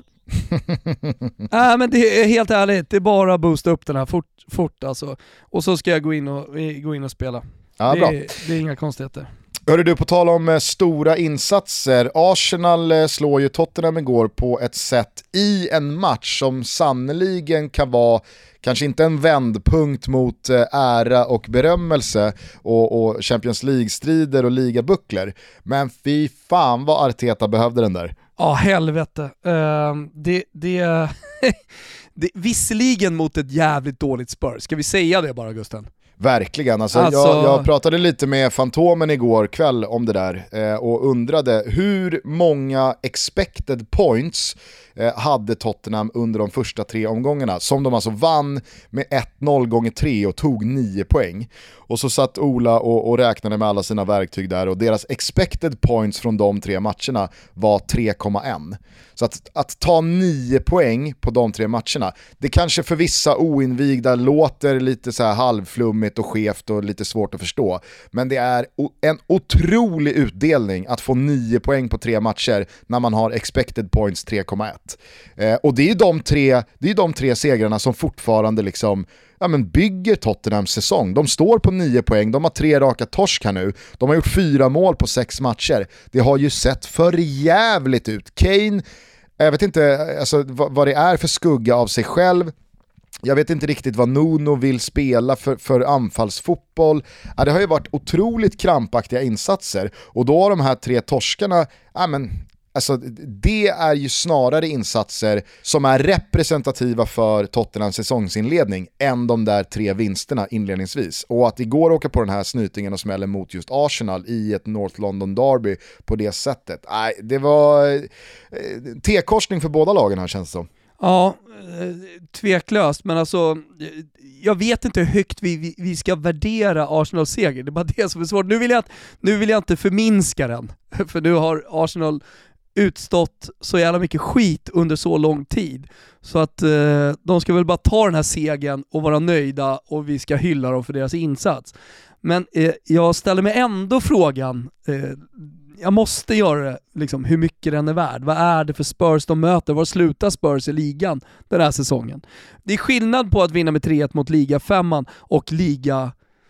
Nej äh, men det är helt ärligt, det är bara att boosta upp den här fort, fort alltså. Och så ska jag gå in och, gå in och spela.
Ja,
det,
bra.
Är, det är inga konstigheter.
Hörru du, på tal om eh, stora insatser. Arsenal eh, slår ju Tottenham igår på ett sätt i en match som sannoliken kan vara kanske inte en vändpunkt mot eh, ära och berömmelse och, och Champions League-strider och ligabuckler. Men fy fan vad Arteta behövde den där.
Ja, helvete. Uh, det... det Det, visserligen mot ett jävligt dåligt Spurs. Ska vi säga det bara, Gusten?
Verkligen, alltså,
alltså...
Jag, jag pratade lite med Fantomen igår kväll om det där eh, och undrade hur många expected points eh, hade Tottenham under de första tre omgångarna, som de alltså vann med ett noll gånger tre och tog nio poäng. Och så satt Ola och, och räknade med alla sina verktyg där och deras expected points från de tre matcherna var tre komma ett. Så att, att ta nio poäng på de tre matcherna, det kanske för vissa oinvigda låter lite så här halvflummigt och skevt och lite svårt att förstå. Men det är en otrolig utdelning att få nio poäng på tre matcher när man har expected points tre komma ett. Eh, och det är de tre, det är de tre segrarna som fortfarande liksom ja, men bygger Tottenhams säsong. De står på nio poäng, de har tre raka torsk här nu. De har gjort fyra mål på sex matcher. Det har ju sett för jävligt ut. Kane, jag vet inte alltså, vad, vad det är för skugga av sig själv. Jag vet inte riktigt vad Nuno vill spela för, för anfallsfotboll. Ja, det har ju varit otroligt krampaktiga insatser. Och då har de här tre torskarna, ja men... Alltså, det är ju snarare insatser som är representativa för Tottenhams säsongsinledning än de där tre vinsterna inledningsvis. Och att igår åka på den här snytingen och smällen mot just Arsenal i ett North London derby på det sättet. Nej, det var eh, T-korsning för båda lagen här, känns det som.
Ja, tveklöst, men alltså jag vet inte hur högt vi, vi, vi ska värdera Arsenals seger. Det är bara det som är svårt. Nu vill jag, nu vill jag inte förminska den, för nu har Arsenal utstått så jävla mycket skit under så lång tid. Så att eh, de ska väl bara ta den här segern och vara nöjda och vi ska hylla dem för deras insats. Men eh, jag ställer mig ändå frågan, eh, jag måste göra det, liksom, hur mycket den är värd. Vad är det för Spurs de möter? Var slutar Spurs i ligan den här säsongen? Det är skillnad på att vinna med tre ett mot liga femman och liga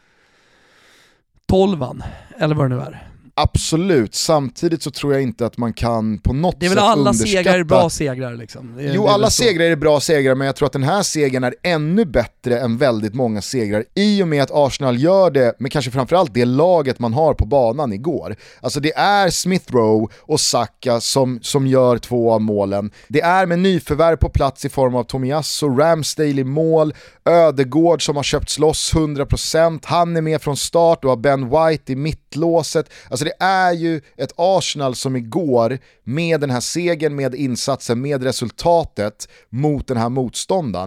tolvan, eller vad det nu är.
Absolut, samtidigt så tror jag inte att man kan på något sätt underskatta...
Det är väl alla segrar är bra segrar liksom. Det,
jo,
det
alla
så.
segrar är bra segrar, men jag tror att den här segern är ännu bättre än väldigt många segrar i och med att Arsenal gör det med kanske framförallt det laget man har på banan igår. Alltså det är Smith Rowe och Saka som, som gör två av målen. Det är med nyförvärv på plats i form av Tomiyasu, Ramsdale i mål, Ödegård som har köpts loss hundra procent, han är med från start och har Ben White i mittlåset. Alltså det är ju ett Arsenal som igår med den här segern, med insatsen, med resultatet mot den här motståndaren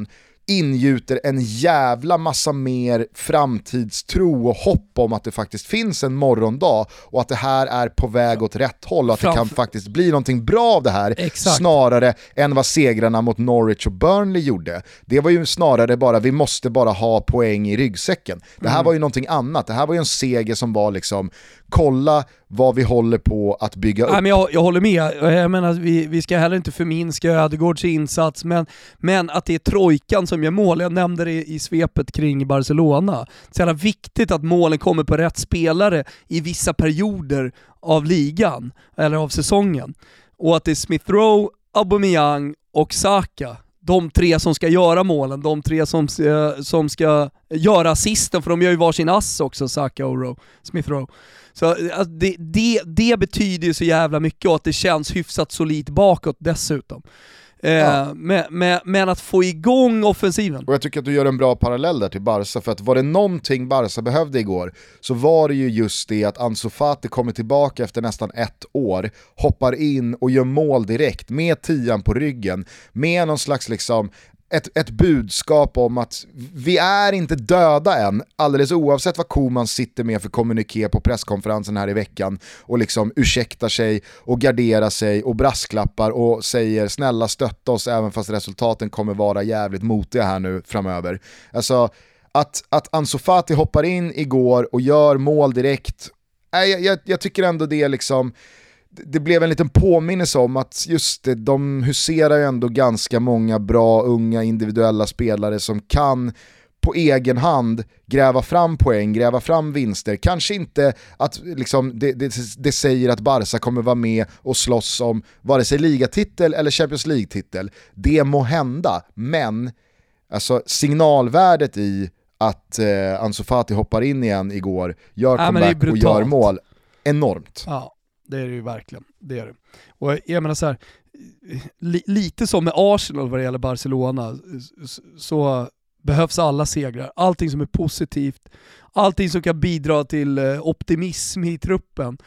ingjuter en jävla massa mer framtidstro och hopp om att det faktiskt finns en morgondag och att det här är på väg åt rätt håll och att Framf- det kan faktiskt bli någonting bra av det här. Exakt. Snarare än vad segrarna mot Norwich och Burnley gjorde. Det var ju snarare bara, vi måste bara ha poäng i ryggsäcken. Det här mm. var ju någonting annat. Det här var ju en seger som var liksom, kolla vad vi håller på att bygga upp.
Nej, men jag, jag håller med. Jag menar, vi, vi ska heller inte förminska Ödegårds insats, men, men att det är trojkan som gör mål. Jag nämnde det i svepet kring Barcelona. Så är det viktigt att målen kommer på rätt spelare i vissa perioder av ligan, eller av säsongen. Och att det är Smith Rowe, Aubameyang och Saka. De tre som ska göra målen, de tre som, som ska göra assisten, för de gör ju varsin ass också, Saka och Rowe, Smith Rowe. Så alltså, det, det, det betyder ju så jävla mycket, och att det känns hyfsat solidt bakåt dessutom. Eh, ja. men, men, men att få igång offensiven.
Och jag tycker att du gör en bra parallell där till Barca, för att var det någonting Barca behövde igår så var det ju just det att Ansu Fati kommer tillbaka efter nästan ett år, hoppar in och gör mål direkt med tian på ryggen, med någon slags liksom Ett, ett budskap om att vi är inte döda än, alldeles oavsett vad Koeman sitter med för kommuniké på presskonferensen här i veckan och liksom ursäktar sig och garderar sig och brasklappar och säger snälla stötta oss även fast resultaten kommer vara jävligt motiga här nu framöver. Alltså att, att Ansu Fati hoppar in igår och gör mål direkt, äh, jag, jag, jag tycker ändå det är liksom, det blev en liten påminnelse om att just det, de huserar ju ändå ganska många bra unga individuella spelare som kan på egen hand gräva fram poäng, gräva fram vinster. Kanske inte att liksom, det, det, det säger att Barca kommer vara med och slåss om vare sig ligatitel eller Champions League-titel. Det må hända, men alltså, signalvärdet i att eh, Ansu Fati hoppar in igen igår, gör
ja,
comeback och gör mål, enormt.
Ja. Det är det ju verkligen. Det är det. Och jag menar så här, li, lite som med Arsenal vad det gäller Barcelona, så, så behövs alla segrar. Allting som är positivt, allting som kan bidra till optimism i truppen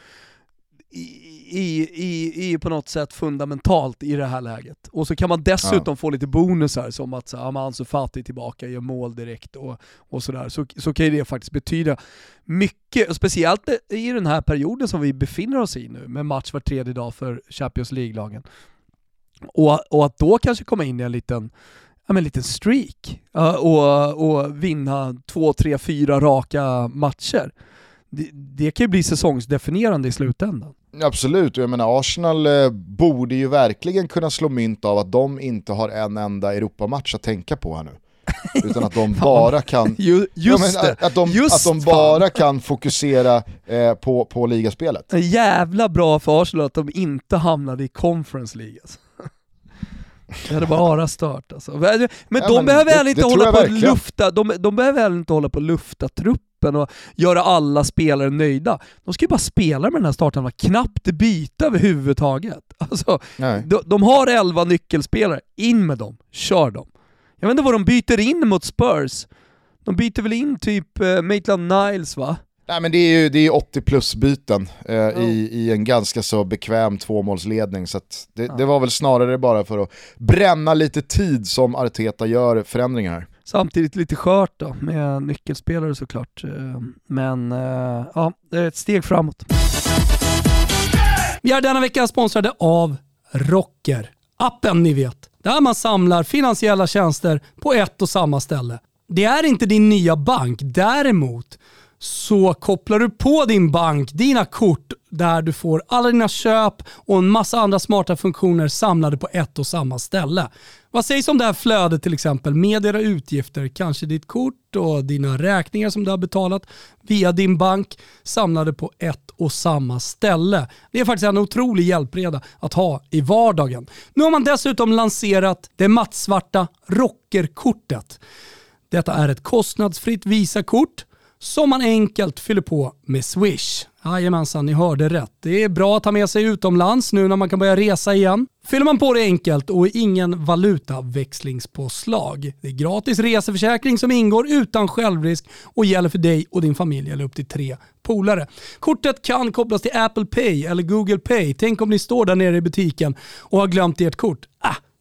i, i, i på något sätt fundamentalt i det här läget. Och så kan man dessutom ja. få lite bonusar som att ja, Ansu Fati tillbaka, gör mål direkt och, och sådär. Så, så kan ju det faktiskt betyda mycket, och speciellt i den här perioden som vi befinner oss i nu med match var tredje dag för Champions League-lagen. Och, och att då kanske komma in i en liten ja, men en liten streak uh, och, och vinna två, tre, fyra raka matcher. Det, det kan ju bli säsongsdefinierande i slutändan.
Absolut, och jag menar Arsenal eh, borde ju verkligen kunna slå mynt av att de inte har en enda Europamatch att tänka på här nu. Utan att de bara kan
just
ja, men, att, att de,
just
att de bara kan fokusera eh, på, på ligaspelet.
En jävla bra för Arsenal att de inte hamnade i Conference League alltså. Det hade bara stört alltså. Men ja, de men behöver väl inte hålla på att lufta de, de behöver väl inte hålla på att lufta truppen och göra alla spelare nöjda. De ska ju bara spela med den här starten, knappt byta överhuvudtaget. Alltså, de, de har elva nyckelspelare, in med dem, kör dem. Jag vet inte vad de byter in mot Spurs. De byter väl in typ uh, Maitland Niles va?
Nej, men det är ju det är åttio plus byten eh, ja. i, i en ganska så bekväm tvåmålsledning, så att det, ja. det var väl snarare bara för att bränna lite tid som Arteta gör förändringar här.
Samtidigt lite skört då med nyckelspelare såklart, men eh, ja, det är ett steg framåt. Vi är denna vecka sponsrade av Rocker, appen ni vet, där man samlar finansiella tjänster på ett och samma ställe. Det är inte din nya bank, däremot så kopplar du på din bank, dina kort, där du får alla dina köp och en massa andra smarta funktioner samlade på ett och samma ställe. Vad sägs om det här flödet till exempel med era utgifter, kanske ditt kort och dina räkningar som du har betalat via din bank samlade på ett och samma ställe. Det är faktiskt en otrolig hjälpreda att ha i vardagen. Nu har man dessutom lanserat det mattsvarta Rockerkortet. Detta är ett kostnadsfritt Visa-kort som man enkelt fyller på med Swish. Jajamensan, ni hörde rätt. Det är bra att ta med sig utomlands nu när man kan börja resa igen. Fyller man på det enkelt och ingen valutaväxlingspåslag. Det är gratis reseförsäkring som ingår utan självrisk och gäller för dig och din familj eller upp till tre polare. Kortet kan kopplas till Apple Pay eller Google Pay. Tänk om ni står där nere i butiken och har glömt ert kort. Ah,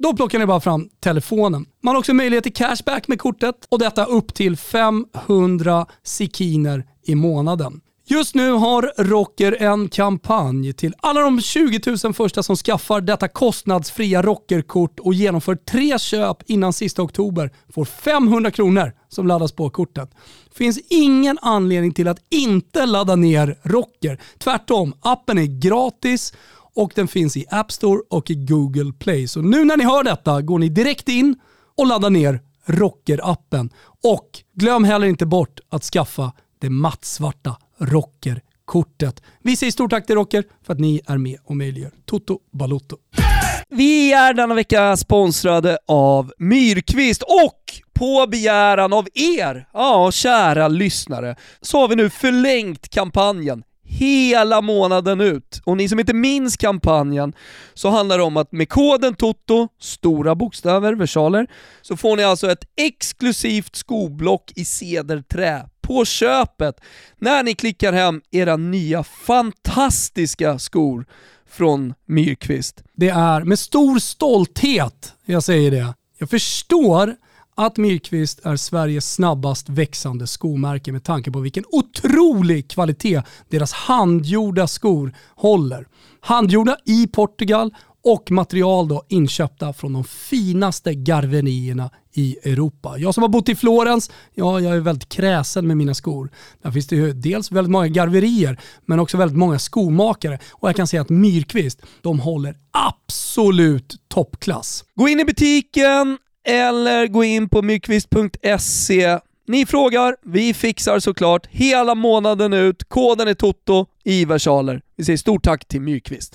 Då plockar ni bara fram telefonen. Man har också möjlighet till cashback med kortet och detta upp till femhundra sekiner i månaden. Just nu har Rocker en kampanj till alla de tjugo tusen första som skaffar detta kostnadsfria Rockerkort och genomför tre köp innan sista oktober får femhundra kronor som laddas på kortet. Finns ingen anledning till att inte ladda ner Rocker. Tvärtom, appen är gratis och den finns i App Store och i Google Play. Så nu när ni hör detta går ni direkt in och laddar ner Rocker-appen. Och glöm heller inte bort att skaffa det mattsvarta Rockerkortet. Vi säger stort tack till Rocker för att ni är med och möjliggör Toto Balotto.
Vi är denna vecka sponsrade av Myrkvist och på begäran av er, ja, kära lyssnare, så har vi nu förlängt kampanjen hela månaden ut. Och ni som inte minns kampanjen, så handlar det om att med koden TOTO, stora bokstäver, versaler, så får ni alltså ett exklusivt skoblock i cederträ på köpet när ni klickar hem era nya fantastiska skor från Myrkvist.
Det är med stor stolthet jag säger det. Jag förstår att Myrkvist är Sveriges snabbast växande skomärke med tanke på vilken otrolig kvalitet deras handgjorda skor håller. Handgjorda i Portugal och material då inköpta från de finaste garvenierna i Europa. Jag som har bott i Florens, ja, jag är väldigt kräsen med mina skor. Där finns det ju dels väldigt många garverier men också väldigt många skomakare. Och jag kan säga att Myrkvist, de håller absolut toppklass.
Gå in i butiken eller gå in på myrkvist punkt se. Ni frågar, vi fixar såklart hela månaden ut. Koden är TOTO i versaler. Vi säger stort tack till Myrkvist.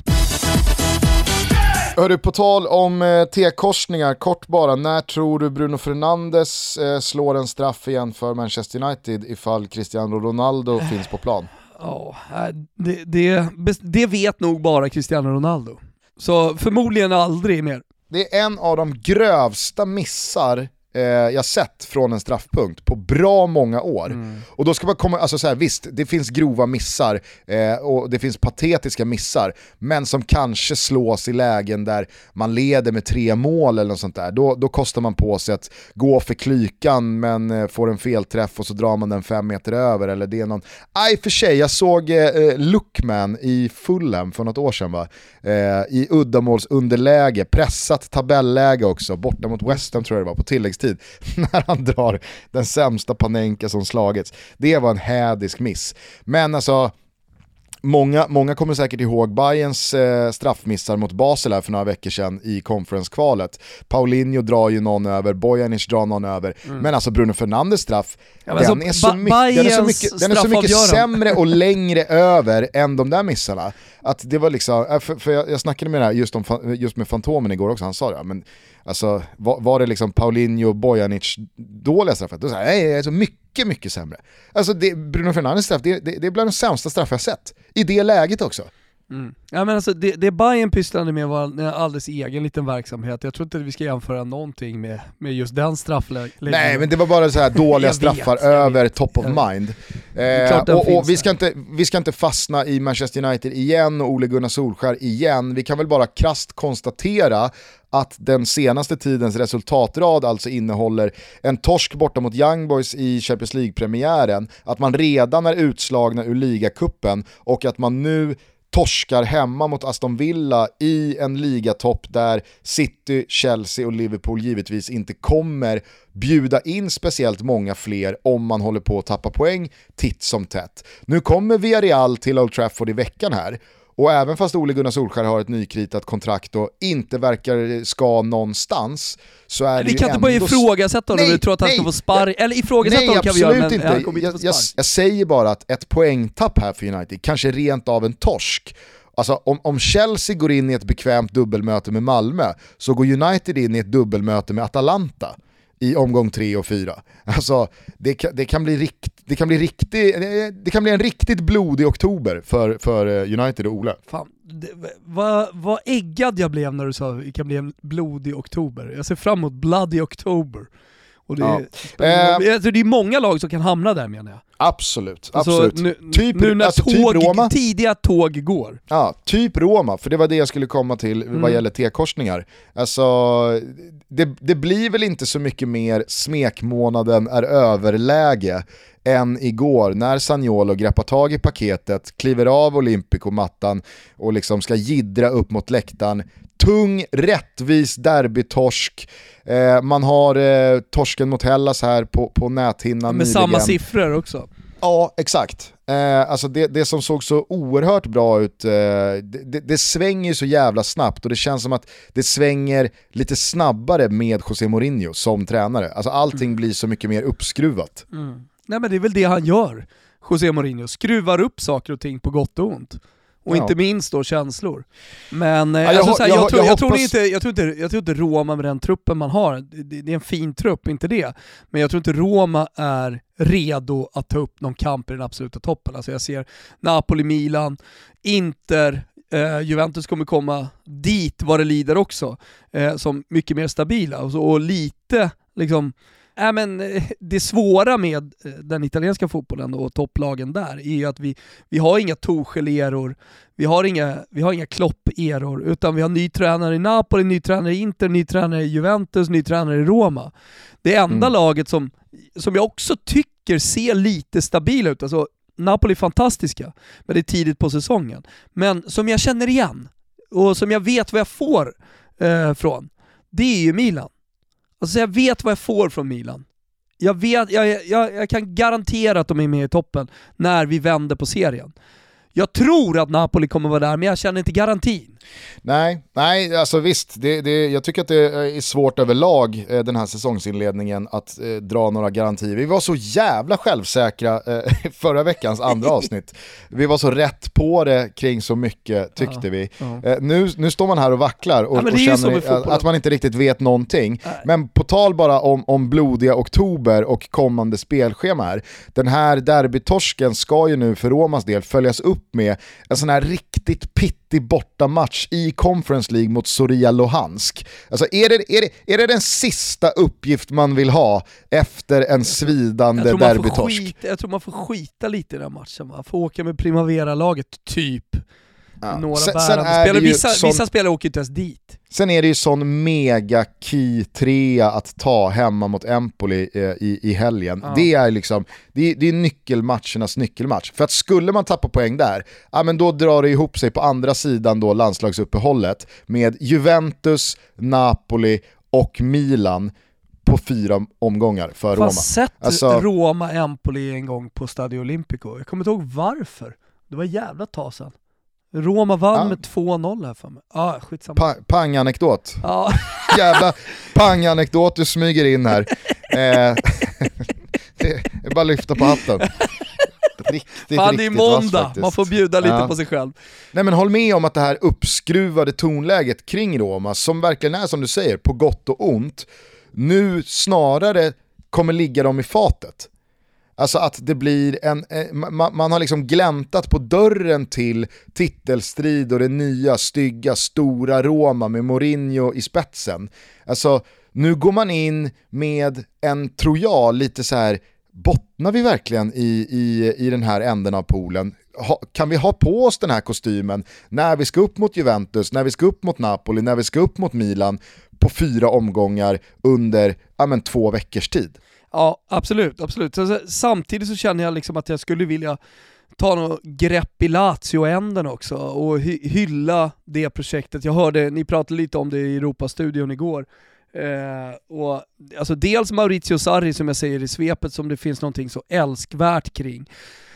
Hörru, på tal om eh, T-korsningar, kort bara, när tror du Bruno Fernandes eh, slår en straff igen för Manchester United ifall Cristiano Ronaldo finns på plan?
Ja, det, det, det vet nog bara Cristiano Ronaldo. Så förmodligen aldrig mer.
Det är en av de grövsta missar eh, jag sett från en straffpunkt på bra många år. Mm. Och då ska man komma, alltså så här, visst, det finns grova missar eh, och det finns patetiska missar, men som kanske slås i lägen där man leder med tre mål eller något sånt där. Då, då kostar man på sig att gå för klykan men eh, får en felträff och så drar man den fem meter över, eller det är någon... Aj, för sig, jag såg eh, Lookman i Fulham för något år sedan, va? Eh, i uddamåls underläge, pressat tabelläge också, borta mot West Ham tror jag det var, på tilläggstid, när han drar den sämsta Panenka som slagits. Det var en hädisk miss. Men alltså, många, många kommer säkert ihåg Bayerns eh, straffmissar mot Basel här för några veckor sedan i conference-kvalet. Paulinho drar ju någon över, Bojanic drar någon över. Mm. Men alltså Bruno Fernandes straff, ja, den, alltså, är så ba- mycket, den är så mycket, den är så mycket sämre och längre över än de där missarna. Att det var liksom, för, för jag, jag snackade med det här just, om, just med Fantomen igår också, han sa det, men alltså, var, var det liksom Paulinho och Bojanic dåliga straffet? Då sa jag, nej, alltså mycket, mycket sämre. Alltså det, Bruno Fernandes straff, det, det, det är bland de sämsta straff jag sett. I det läget också.
Mm. Ja, men alltså, det, det Bayern pysslade med var en alldeles egen liten verksamhet. Jag tror inte att vi ska jämföra någonting med, med just den straffläggningen.
Nej, men det var bara så här dåliga straffar vet, över top of mind. Eh, och och vi, ska inte, vi ska inte fastna i Manchester United igen och Ole Gunnar Solskjær igen. Vi kan väl bara krasst konstatera att den senaste tidens resultatrad alltså innehåller en torsk borta mot Young Boys i Champions League-premiären, att man redan är utslagna ur ligacupen och att man nu torskar hemma mot Aston Villa i en ligatopp där City, Chelsea och Liverpool givetvis inte kommer bjuda in speciellt många fler om man håller på att tappa poäng titt som tätt. Nu kommer Villarreal till Old Trafford i veckan här. Och även fast Ole Gunnar Solskjær har ett nykritat kontrakt och inte verkar ska någonstans, så är det
vi
ju
kan inte bara ifrågasätta honom, du tror att han ska få spark, eller ifrågasätta honom kan vi göra, men
inte.
Han kommer inte
jag,
få
jag,
spark.
jag säger bara att ett poängtapp här för United, kanske rent av en torsk. Alltså om, om Chelsea går in i ett bekvämt dubbelmöte med Malmö, så går United in i ett dubbelmöte med Atalanta i omgång tre och fyra. Alltså det kan, det kan bli rikt, det kan bli riktigt, det kan bli en riktigt blodig oktober för, för United och Ola.
Fan, det, vad, vad äggad jag blev när du sa att det kan bli en blodig oktober. Jag ser fram emot bloody oktober. Och det,
ja.
är, eh, det är många lag som kan hamna där, menar jag.
Absolut,
alltså,
absolut.
Nu,
typ,
nu när
alltså,
tåg,
typ Roma.
tidiga tåg går.
Ja, typ Roma, för det var det jag skulle komma till vad
Mm.
gäller T-korsningar. Alltså, det, det blir väl inte så mycket mer smekmånaden är överläge än igår när Zaniolo greppar tag i paketet, kliver av Olympico-mattan och liksom ska jiddra upp mot läktaren. Tung, rättvis derbytorsk. Eh, man har eh, torsken mot Hellas här på, på näthinnan
Med
nyligen.
samma siffror också.
Ja, exakt. Eh, alltså det, det som såg så oerhört bra ut, eh, det, det, det svänger så jävla snabbt och det känns som att det svänger lite snabbare med José Mourinho som tränare. Alltså allting
Mm.
blir så mycket mer uppskruvat.
Mm. Nej men det är väl det han gör, José Mourinho. Skruvar upp saker och ting på gott och ont. Och
Ja.
inte minst då känslor. Men eh,
Ja, jag
alltså,
ho-
såhär,
jag-
jag, tror,
jag
jag, tror
hoppas-
inte, jag, tror inte, jag tror inte Roma med den truppen man har, det, det är en fin trupp, inte det. Men jag tror inte Roma är redo att ta upp någon kamp i den absoluta toppen. Alltså jag ser Napoli, Milan, Inter, eh, Juventus kommer komma dit vad det lider också. Eh, som mycket mer stabila. Och, så, och lite liksom... Äh, men, det svåra med den italienska fotbollen och topplagen där är ju att vi, vi har inga Tuchel-eror, vi har inga, vi har inga Klopp-eror, utan vi har ny tränare i Napoli, ny tränare i Inter, ny tränare i Juventus, ny tränare i Roma. Det enda mm. laget som, som jag också tycker ser lite stabila ut, alltså Napoli är fantastiska, men det är tidigt på säsongen, men som jag känner igen och som jag vet vad jag får eh, från, det är ju Milan. Alltså jag vet vad jag får från Milan. Jag, vet, jag, jag, jag kan garantera att de är med i toppen när vi vänder på serien. Jag tror att Napoli kommer vara där, men jag känner inte garantin.
Nej, nej alltså visst, det, det, jag tycker att det är svårt överlag eh, den här säsongsinledningen att eh, dra några garantier. Vi var så jävla självsäkra eh, förra veckans andra avsnitt. Vi var så rätt på det kring så mycket, tyckte ja, vi. Ja. Eh, nu, nu står man här och vacklar och, ja, och känner att, att man inte riktigt vet någonting. Nej. Men på tal bara om, om blodiga oktober och kommande spelschema här. Den här derbytorsken ska ju nu för Romas del följas upp med en sån här riktigt pittig borta match i Conference League mot Zorya Luhansk. Alltså är det, är, det, är det den sista uppgift man vill ha efter en svidande jag derbytorsk?
Skita, jag tror man får skita lite i den matchen. Man får åka med Primavera-laget typ. Ja. Några sen, sen spelare. Vissa, sån, vissa spelare åker inte ens dit.
Sen är det ju sån mega key trea att ta hemma mot Empoli eh, i, i helgen. Ja. Det är liksom det är, det är nyckelmatchernas nyckelmatch. För att skulle man tappa poäng där, ja, men då drar det ihop sig på andra sidan då landslagsuppehållet med Juventus, Napoli och Milan på fyra omgångar för Roma.
Jag har sett alltså, Roma Empoli en gång på Stadio Olimpico. Jag kommer inte ihåg varför. Det var jävla tag sedan. Roma vann ja. med två noll här för mig. Ja, skitsamma.
Pa- Pang-anekdot.
Ja.
Jävla pang-anekdot du smyger in här. eh, det är bara lyfta på hatten. Riktigt,
fan, det är måndag. Man får bjuda lite ja. på sig själv.
Nej, men håll med om att det här uppskruvade tonläget kring Roma, som verkligen är som du säger, på gott och ont, nu snarare kommer ligga dem i fatet. Alltså att det blir en, man, man har liksom gläntat på dörren till titelstrid och det nya, stygga, stora Roma med Mourinho i spetsen. Alltså nu går man in med en, tror jag, lite så här, bottnar vi verkligen i, i, i den här änden av poolen? Ha, kan vi ha på oss den här kostymen när vi ska upp mot Juventus, när vi ska upp mot Napoli, när vi ska upp mot Milan på fyra omgångar under ja, men, två veckors tid?
Ja, absolut, absolut. Så, samtidigt så känner jag liksom att jag skulle vilja ta något grepp i Lazio-änden också och hy- hylla det projektet. Jag hörde, ni pratade lite om det i Europastudion igår. Eh, och, alltså dels Maurizio Sarri, som jag säger i svepet, som det finns någonting så älskvärt kring.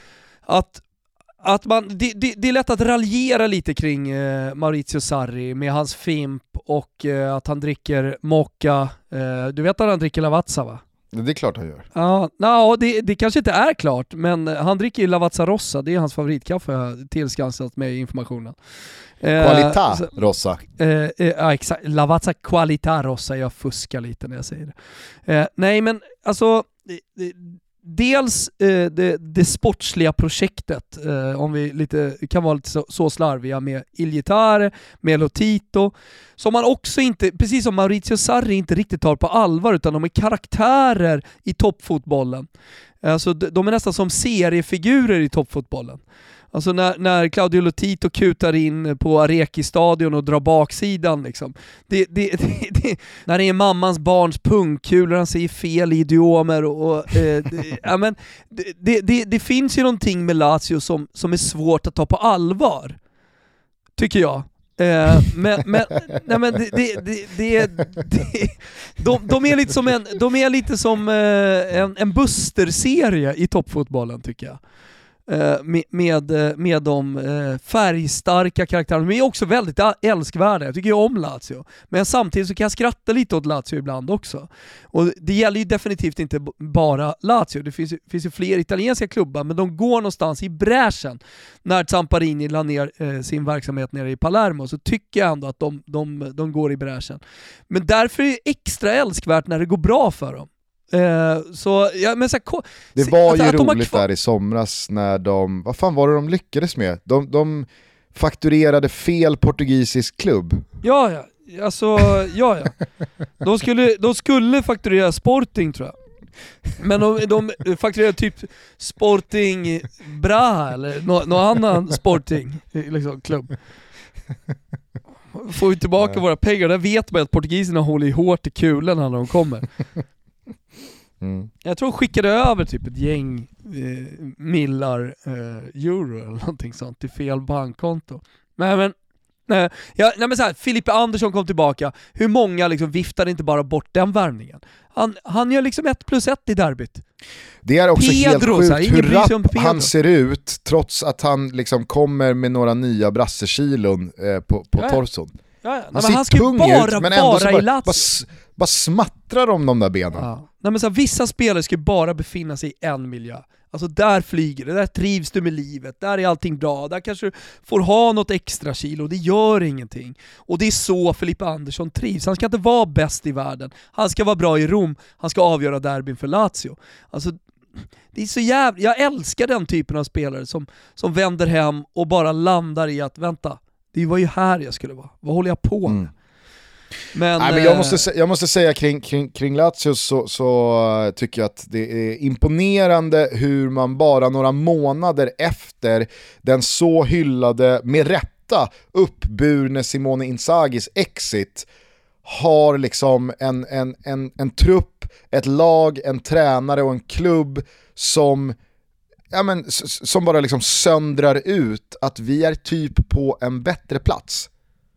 Att Att man, det, det, det är lätt att raljera lite kring eh, Maurizio Sarri med hans fimp och eh, att han dricker mocca. Eh, du vet att han dricker Lavazza, va?
Det är klart han gör.
Ja, no, det, det kanske inte är klart, men han dricker ju Lavazza Rossa, det är hans favoritkaffe, jag har tillskansat med informationen.
Qualità
eh,
Rossa.
Eh, eh, ja, exakt. Lavazza Qualità Rossa, jag fuskar lite när jag säger det. Eh, nej, men alltså... Det, det, Dels eh, det, det sportsliga projektet, eh, om vi lite, kan vara lite så, så slarviga med Il Gittare, med Lotito, som man också inte, precis som Maurizio Sarri, inte riktigt tar på allvar, utan de är karaktärer i toppfotbollen. Alltså, de är nästan som seriefigurer i toppfotbollen. Alltså när, när Claudio Lotito kutar in på Areki-stadion och drar baksidan liksom. Det, det, det, det, när det är mammans barns pungkulor, han säger fel idiomer och, och eh, det, ja, men, det, det, det, det finns ju någonting med Lazio som, som är svårt att ta på allvar, tycker jag. Eh, men men, nej, men det, det, det, det, det, de, de är lite som en, de är lite som eh, en, en Buster-serie i toppfotbollen, tycker jag. Med, med, med de färgstarka karaktärerna. De är också väldigt älskvärda. Jag tycker ju om Lazio. Men samtidigt så kan jag skratta lite åt Lazio ibland också. Och det gäller ju definitivt inte bara Lazio. Det finns ju, finns ju fler italienska klubbar, men de går någonstans i bräschen. När Zamparini la ner eh, sin verksamhet nere i Palermo, så tycker jag ändå att de, de, de går i bräschen. Men därför är det extra älskvärt när det går bra för dem. Uh, så, ja, men så här,
det var
att,
ju
att
roligt
de
där i somras när de, vad fan var det de lyckades med? De, de fakturerade fel portugisisk klubb.
Ja, ja, alltså, ja, ja. De skulle, de skulle fakturera Sporting, tror jag. Men de, de fakturerade typ Sporting Bra eller någon no, annan Sporting liksom, klubb. Får vi tillbaka ja. våra pengar, där vet man att portugiserna håller hårt i kulen när de kommer. Mm. Jag tror de skickade över typ ett gäng eh, millar eh, euro eller någonting sånt till fel bankkonto. Men, men, nej, ja, nej, men så här, Filipe Andersson kom tillbaka. Hur många liksom viftade inte bara bort den värvningen? Han, han gör liksom ett plus ett i derbyt.
Det är också
Pedro,
helt
här,
sjukt hur rapp han ser ut, trots att han liksom kommer med några nya brassekilon eh, på, på
ja.
torson.
Ja, ja.
Han
Nej,
ser
han ska
tung
bara
ut, men
vara
ändå så bara,
i Lazio.
bara, bara smattrar om de där benen.
Ja. Nej, men så här, vissa spelare ska bara befinna sig i en miljö. Alltså där flyger det, där trivs du med livet, där är allting bra, där kanske du får ha något extra kilo, det gör ingenting. Och det är så Filipe Andersson trivs. Han ska inte vara bäst i världen, han ska vara bra i Rom, han ska avgöra derbyn för Lazio. Alltså det är så jävla, jag älskar den typen av spelare som, som vänder hem och bara landar i att vänta, det var ju här jag skulle vara, vad håller jag på med? Mm. Men,
Nej, men jag, måste, jag måste säga kring, kring, kring Lazio så, så tycker jag att det är imponerande hur man bara några månader efter den så hyllade, med rätta, uppburne Simone Inzagis exit har liksom en, en, en, en trupp, ett lag, en tränare och en klubb som, ja men, som bara liksom söndrar ut att vi är typ på en bättre plats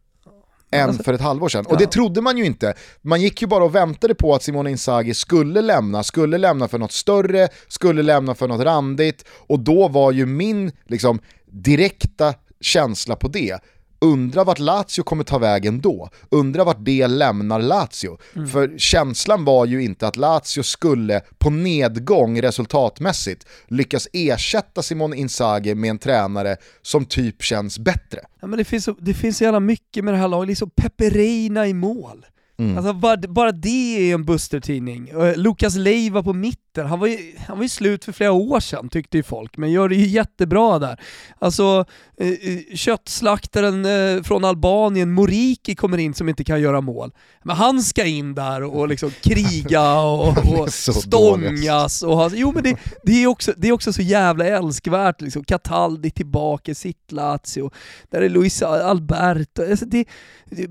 än för ett halvår sedan. Och det trodde man ju inte. Man gick ju bara och väntade på att Simone Inzaghi skulle lämna, skulle lämna för något större, skulle lämna för något randigt, och då var ju min liksom direkta känsla på det: undra vart Lazio kommer ta vägen då. Undra vart det lämnar Lazio. Mm. För känslan var ju inte att Lazio skulle på nedgång resultatmässigt lyckas ersätta Simone Inzaghi med en tränare som typ känns bättre.
Ja, men det finns så, det finns så jävla mycket med det här laget. Liksom Pepe Reina i mål. Mm. Alltså bara, bara det är en Buster-tidning. Lucas Leiva på mitten, han var, ju, han var ju slut för flera år sedan tyckte ju folk, men gör det ju jättebra där. Alltså eh, köttslaktaren eh, från Albanien, Moriki, kommer in som inte kan göra mål. Men han ska in där och, och liksom kriga och, och stångas. Och ha, jo men det, det, är också, det är också så jävla älskvärt. Liksom. Cataldi tillbaka, sitt Lazio. Där är Luis Alberto. Alltså det, det,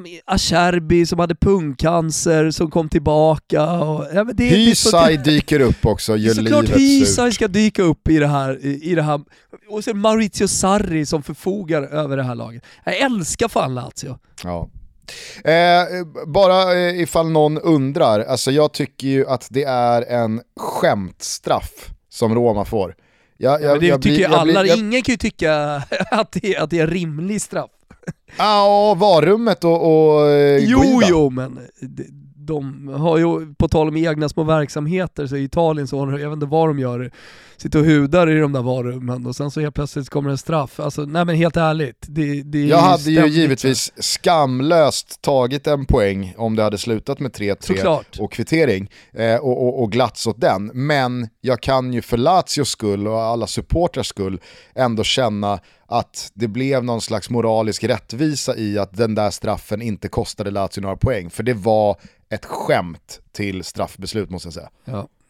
Acerbi som hade pungcancer som kom tillbaka. Och, ja, men det,
Hysaj dyker upp också, gör
såklart
livet
Hysaj ska dyka upp i det här, i, i det här. Och så Maurizio Sarri som förfogar över det här laget. Jag älskar fan Lazio.
Ja. Eh, bara eh, ifall någon undrar, alltså jag tycker ju att det är en skämtstraff som Roma får. Jag, jag,
ja, det
jag
tycker
blir,
ju alla,
jag, jag,
ingen kan ju tycka att det, att det är en rimlig straff.
Ja, och varummet och, och eh,
Jo,
Guida.
jo, men de, de har ju, på tal om egna små verksamheter, så i Italien så, jag vet inte vad de gör, sitter och hudar i de där varummen och sen så helt plötsligt kommer en straff. Alltså, nej men helt ärligt. Det, det
jag hade ju givetvis skamlöst tagit en poäng om det hade slutat med tre tre Såklart. och kvittering eh, och, och, och glatts åt den. Men jag kan ju för Lazios skull och alla supportrars skull ändå känna att det blev någon slags moralisk rättvisa i att den där straffen inte kostade Lazio några poäng. För det var ett skämt till straffbeslut, måste jag säga.
Ja.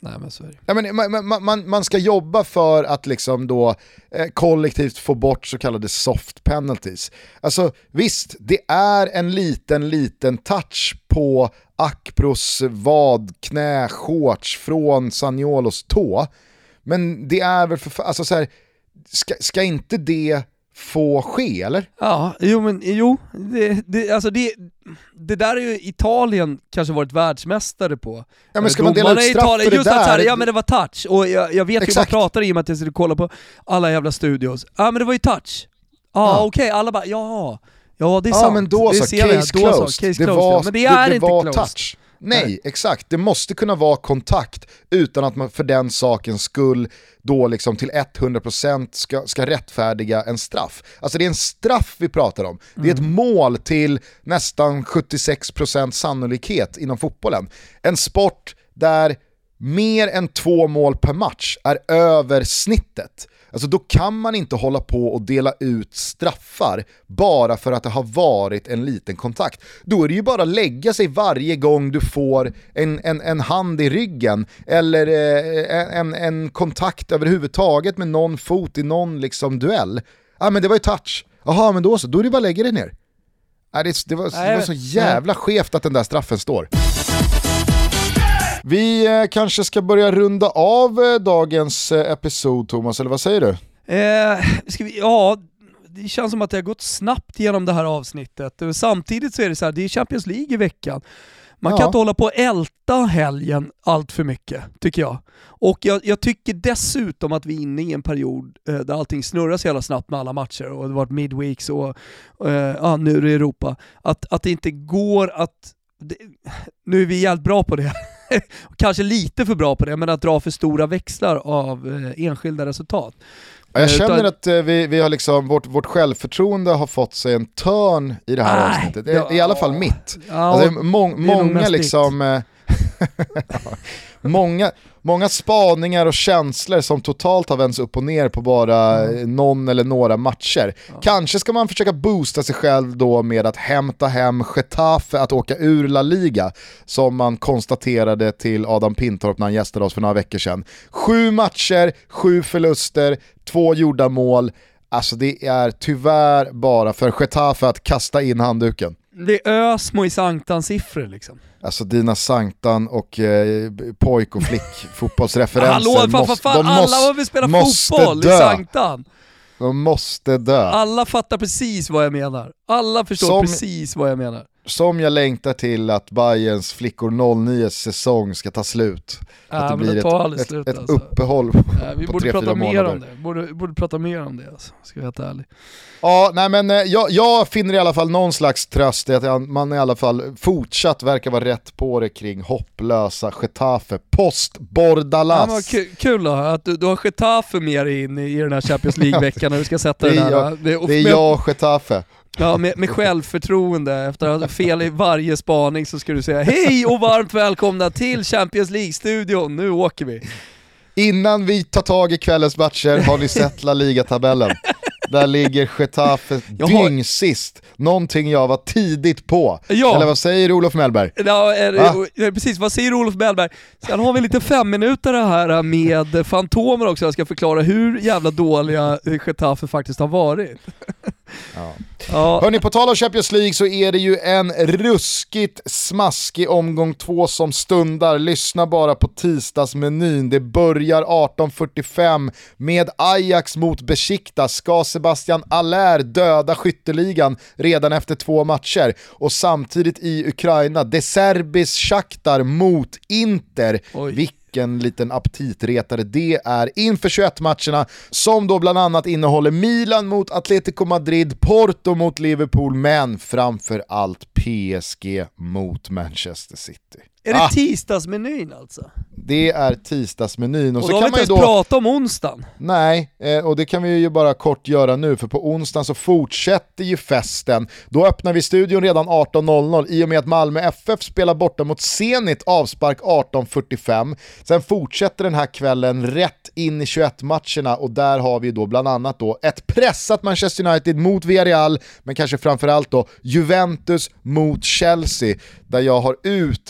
Nej, men så är det.
Ja, men, man, man, man ska jobba för att liksom då eh, kollektivt få bort så kallade soft penalties. Alltså visst, det är en liten, liten touch på Akpros vad, knä, shorts från Zaniolos tå. Men det är väl för, alltså så här, ska, ska inte det få ske, eller?
Ja, jo men jo, det, det, alltså det, det där är ju Italien kanske varit världsmästare på.
Ja, men ska man dela ut straff för det
just
där?
Att så här, ja men det var touch, och jag, jag vet
Exakt.
ju vad jag pratar i och med att jag sitter och kollar på alla jävla studios. Ja men det var ju touch. Ah,
Ja,
okej, okay. Alla bara, ja, ja det är
ja,
sant.
men då
det
så,
ser
case,
jag. Då
closed.
så, case
det
closed.
var,
Ja. Men det är
det, det
inte
var
closed.
touch. Nej,
Nej,
exakt. Det måste kunna vara kontakt utan att man för den sakens skull då liksom till hundra procent ska, ska rättfärdiga en straff. Alltså det är en straff vi pratar om. Mm. Det är ett mål till nästan sjuttiosex procent sannolikhet inom fotbollen. En sport där mer än två mål per match är över snittet. Alltså då kan man inte hålla på och dela ut straffar bara för att det har varit en liten kontakt. Då är det ju bara att lägga sig varje gång du får en, en, en hand i ryggen eller eh, en, en kontakt överhuvudtaget med någon fot i någon liksom duell. Ja, men det var ju touch. Jaha, men då så, då är det bara att lägga dig ner. Ja, det, det, var, det var så jävla skevt att den där straffen står. Vi eh, kanske ska börja runda av eh, dagens eh, episod, Thomas, eller vad säger du?
Eh, ska vi, ja, det känns som att det har gått snabbt genom det här avsnittet. Samtidigt så är det så här, det är Champions League i veckan. Man
ja.
kan inte hålla på och älta helgen allt för mycket, tycker jag. Och jag, jag tycker dessutom att vi är inne i en period eh, där allting snurrar så jävla snabbt med alla matcher, och det har varit midweeks och eh, ja, nu är det Europa. Att, att det inte går att... Det, nu är vi jävligt bra på det. Kanske lite för bra på det, men att dra för stora växlar av eh, enskilda resultat.
Jag känner
Utan,
att eh, vi, vi har liksom, vårt, vårt självförtroende har fått sig en törn i det här
Nej,
avsnittet. Det,
ja,
I alla fall mitt.
Ja,
Alltså, må,
det är nog
många
mest
liksom... Eh, många, många spaningar och känslor som totalt har vänts upp och ner på bara mm. någon eller några matcher. Ja. Kanske ska man försöka boosta sig själv då med att hämta hem Getafe att åka ur La Liga, som man konstaterade till Adam Pintorp när han gästade oss för några veckor sedan. Sju matcher, sju förluster, två gjorda mål. Alltså det är tyvärr bara för Getafe att kasta in handduken.
Det är Ösmo i Sanktan-siffror liksom.
Alltså dina Sanktan och eh, pojk och flick fotbollsreferenser.
Hallå, fan,
måste,
fan,
de
alla
måste,
vill spela
måste
fotboll
dö.
i Sanktan.
De måste dö.
Alla fattar precis vad jag menar. Alla förstår
som,
precis vad jag menar.
Som jag längtar till att Bayerns flickor noll nio säsong ska ta slut.
Ja,
att det
men
blir
det
ett, ett,
slut,
ett
alltså.
uppehåll
ja, vi
på
borde
tre,
prata
fyra
mer
månader.
om det. Borde, borde prata mer om det alltså, ska jag vara ärlig.
Ja, nej men eh, jag, jag finner i alla fall någon slags tröst i att man i alla fall fortsatt verkar vara rätt på det kring hopplösa Getafe post Bordalas.
Ja, kul, kul då, att du, du har Getafe med dig in i, i den här Champions League-veckan när du ska sätta
det är
den här.
jag,
Det, och,
det är
med,
jag och Getafe.
Ja, med, med självförtroende. Efter att ha fel i varje spaning så ska du säga hej och varmt välkomna till Champions League-studion, nu åker vi.
Innan vi tar tag i kvällens matcher har ni sett La Liga-tabellen. Där ligger Getafe dyng sist. Någonting jag var tidigt på.
Ja.
Eller vad säger Olof Mellberg?
Ja, är, precis, vad säger Olof Mellberg? Sen har vi lite fem minuter här med Fantomer också. Jag ska förklara hur jävla dåliga Getafe faktiskt har varit.
Ja.
Ja.
Hörrni, på tal om Champions League så är det ju en ruskigt smaskig omgång två som stundar. Lyssna bara på tisdagsmenyn. Det börjar arton fyrtiofem med Ajax mot Besiktas. Ska Sebastian Aller döda skytteligan redan efter två matcher? Och samtidigt i Ukraina, De Serbis Shakhtar mot Inter. Oj. En liten aptitretare det är inför tjugoett-matcherna som då bland annat innehåller Milan mot Atletico Madrid, Porto mot Liverpool, men framför allt P S G mot Manchester City.
Är det ah, tisdagsmenyn alltså?
Det är tisdagsmenyn. Och,
och
så
då
kan
har vi inte
man ju då
prata om onsdagen.
Nej, eh, och det kan vi ju bara kort göra nu, för på onsdagen så fortsätter ju festen. Då öppnar vi studion redan arton noll noll i och med att Malmö F F spelar borta mot Zenit, avspark arton fyrtiofem. Sen fortsätter den här kvällen rätt in i tjugoett-matcherna och där har vi då bland annat då ett pressat Manchester United mot Villarreal, men kanske framförallt då Juventus mot Chelsea, där jag har utlovat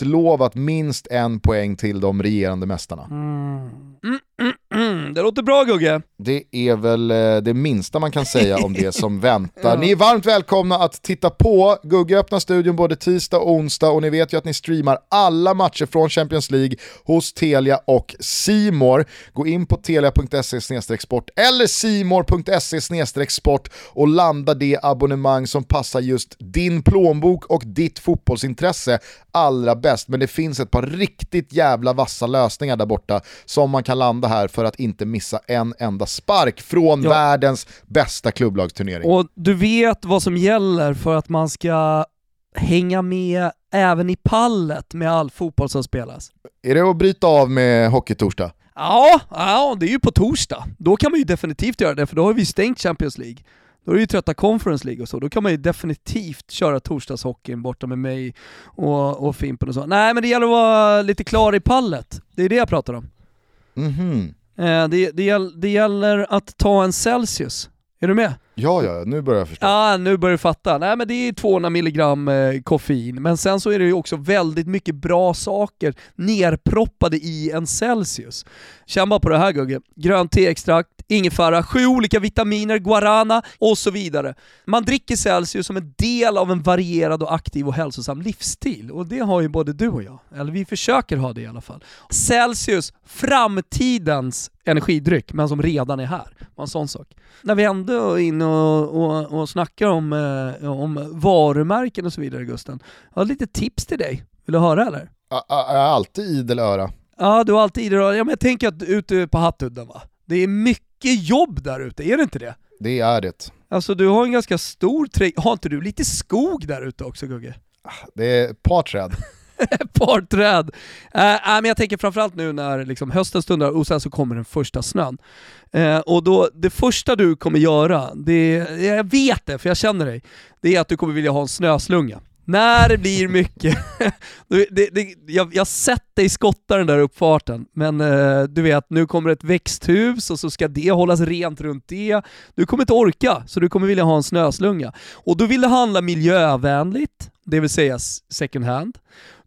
utlovat minst en poäng till de regerande mästarna.
Mm. Mm, mm, mm. Det låter bra, Gugge.
Det är väl det minsta man kan säga om det som väntar. Ja. Ni är varmt välkomna att titta på. Gugge öppnar studion både tisdag och onsdag, och ni vet ju att ni streamar alla matcher från Champions League hos Telia och C More. Gå in på telia punkt se slash sport eller c more punkt se slash sport och landa det abonnemang som passar just din plånbok och ditt fotbollsintresse allra bäst. Men det finns ett par riktigt jävla vassa lösningar där borta som man kan landa här för att inte missa en enda spark från ja. världens bästa klubblagsturnering.
Och du vet vad som gäller för att man ska hänga med även i pallet med all fotboll som spelas.
Är det att bryta av med hockeytorsdag?
Ja, ja, det är ju på torsdag. Då kan man ju definitivt göra det, för då har vi stängt Champions League. Då är det ju trötta Conference League och så. Då kan man ju definitivt köra torsdagshockeyn borta med mig och, och Fimpen och så. Nej, men det gäller att vara lite klar i pallet. Det är det jag pratar om.
Mhm.
Eh, det, det, gäll, det gäller att ta en Celsius. Är du med?
Ja, ja, nu börjar jag förstå.
Ja, nu börjar du fatta. Nej, men det är tvåhundra milligram eh, koffein. Men sen så är det ju också väldigt mycket bra saker nerproppade i en Celsius. Känn bara på det här, Gugge. Grönt teextrakt, ingefära, sju olika vitaminer, guarana och så vidare. Man dricker Celsius som en del av en varierad och aktiv och hälsosam livsstil. Och det har ju både du och jag. Eller vi försöker ha det i alla fall. Celsius, framtidens energidryck, men som redan är här. En sån sak. När vi ändå är inne och, och, och snackar om, eh, om varumärken och så vidare, Gusten. Jag har lite tips till dig. Vill du höra eller?
Jag är alltid idel öra.
Ja, du har alltid idel öra. Ja, men jag tänker att ute på Hattudden, va? Det är mycket jobb där ute, är det inte det?
Det är det.
Alltså du har en ganska stor trädgård. Har inte du lite skog där ute också, Gugge?
Det är ett par träd.
Ett par träd. Äh, äh, men jag tänker framförallt nu när liksom hösten stundar och sen så kommer den första snön. Äh, och då, det första du kommer göra, det, jag vet det för jag känner dig, det är att du kommer vilja ha en snöslunga. När det blir mycket det, det, jag, jag sett dig skotta den där uppfarten, men eh, du vet, nu kommer ett växthus och så ska det hållas rent runt det. Du kommer inte orka, så du kommer vilja ha en snöslunga. Och då vill det handla miljövänligt, det vill säga second hand.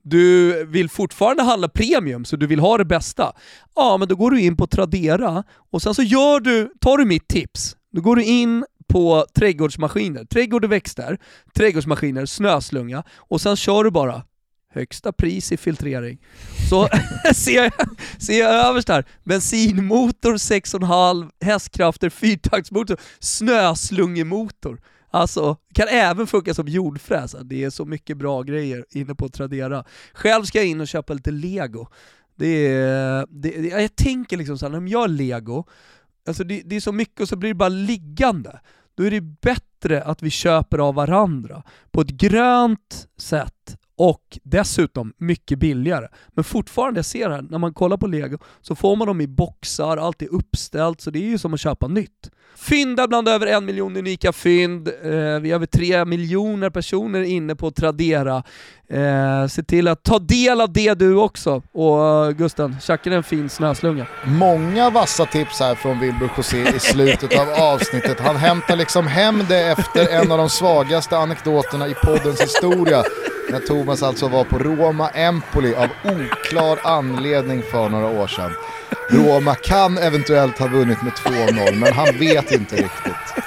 Du vill fortfarande handla premium, så du vill ha det bästa. Ja, men då går du in på Tradera och sen så gör du, tar du mitt tips. Då går du in på trädgårdsmaskiner, trädgård och växter, trädgårdsmaskiner, snöslunga och sen kör du bara högsta pris i filtrering. Så ser jag, ser jag överst här, bensinmotor, sex komma fem hästkrafter, fyrtaktsmotor, snöslungemotor. Alltså, kan även funka som jordfräs. Det är så mycket bra grejer inne på Tradera. Själv ska jag in och köpa lite Lego. Det är, det, jag tänker liksom så här, när jag gör Lego, alltså det, det är så mycket och så blir det bara liggande. Då är det bättre att vi köper av varandra på ett grönt sätt och dessutom mycket billigare. Men fortfarande, jag ser här, när man kollar på Lego så får man dem i boxar, allt är uppställt, så det är ju som att köpa nytt. Fyndar bland över en miljon unika fynd. Eh, vi har över tre miljoner personer inne på Tradera. Eh, se till att ta del av det du också. Och Gusten, tjackar en fin snöslunga.
Många vassa tips här från Wilbur José i slutet av avsnittet. Han hämtar liksom hem det efter en av de svagaste anekdoterna i poddens historia. När Thomas alltså var på Roma Empoli av oklar anledning för några år sedan. Roma kan eventuellt ha vunnit med två noll, men han vet inte riktigt.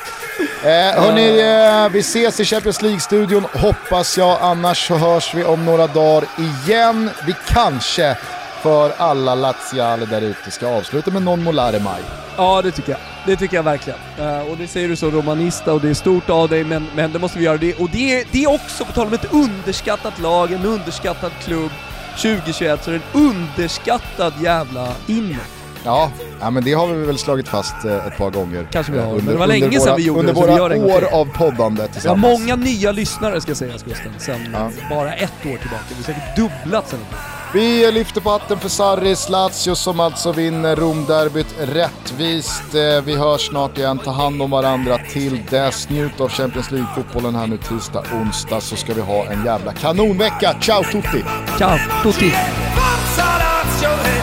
Eh, hörni, eh, vi ses i Champions League-studion, hoppas jag. Annars så hörs vi om några dagar igen. Vi kanske för alla laziale där ute ska avsluta med non molare mai.
Ja, det tycker jag. Det tycker jag verkligen. Uh, och det säger du så romanista och det är stort av dig, men, men det måste vi göra. Det. Och det är, det är också på tal om ett underskattat lag, en underskattad klubb. tjugo tjugoett så är det en underskattad jävla inne.
Ja, ja, men det har vi väl slagit fast eh, ett par gånger.
Kanske vi har,
under,
men det var länge sedan
våra,
vi gjorde
under
det.
Under
vi
våra år av poddande tillsammans.
Vi har många nya lyssnare ska sägas, Gusten, sen ja. bara ett år tillbaka. Vi har säkert dubblat sen.
Vi lyfter på hatten för Sarri, Lazio som alltså vinner Romderbyt rättvist. Vi hörs snart igen, ta hand om varandra till dess. Njut av Champions League-fotbollen här nu tisdag, onsdag, så ska vi ha en jävla kanonvecka. Ciao tutti!
Ciao tutti!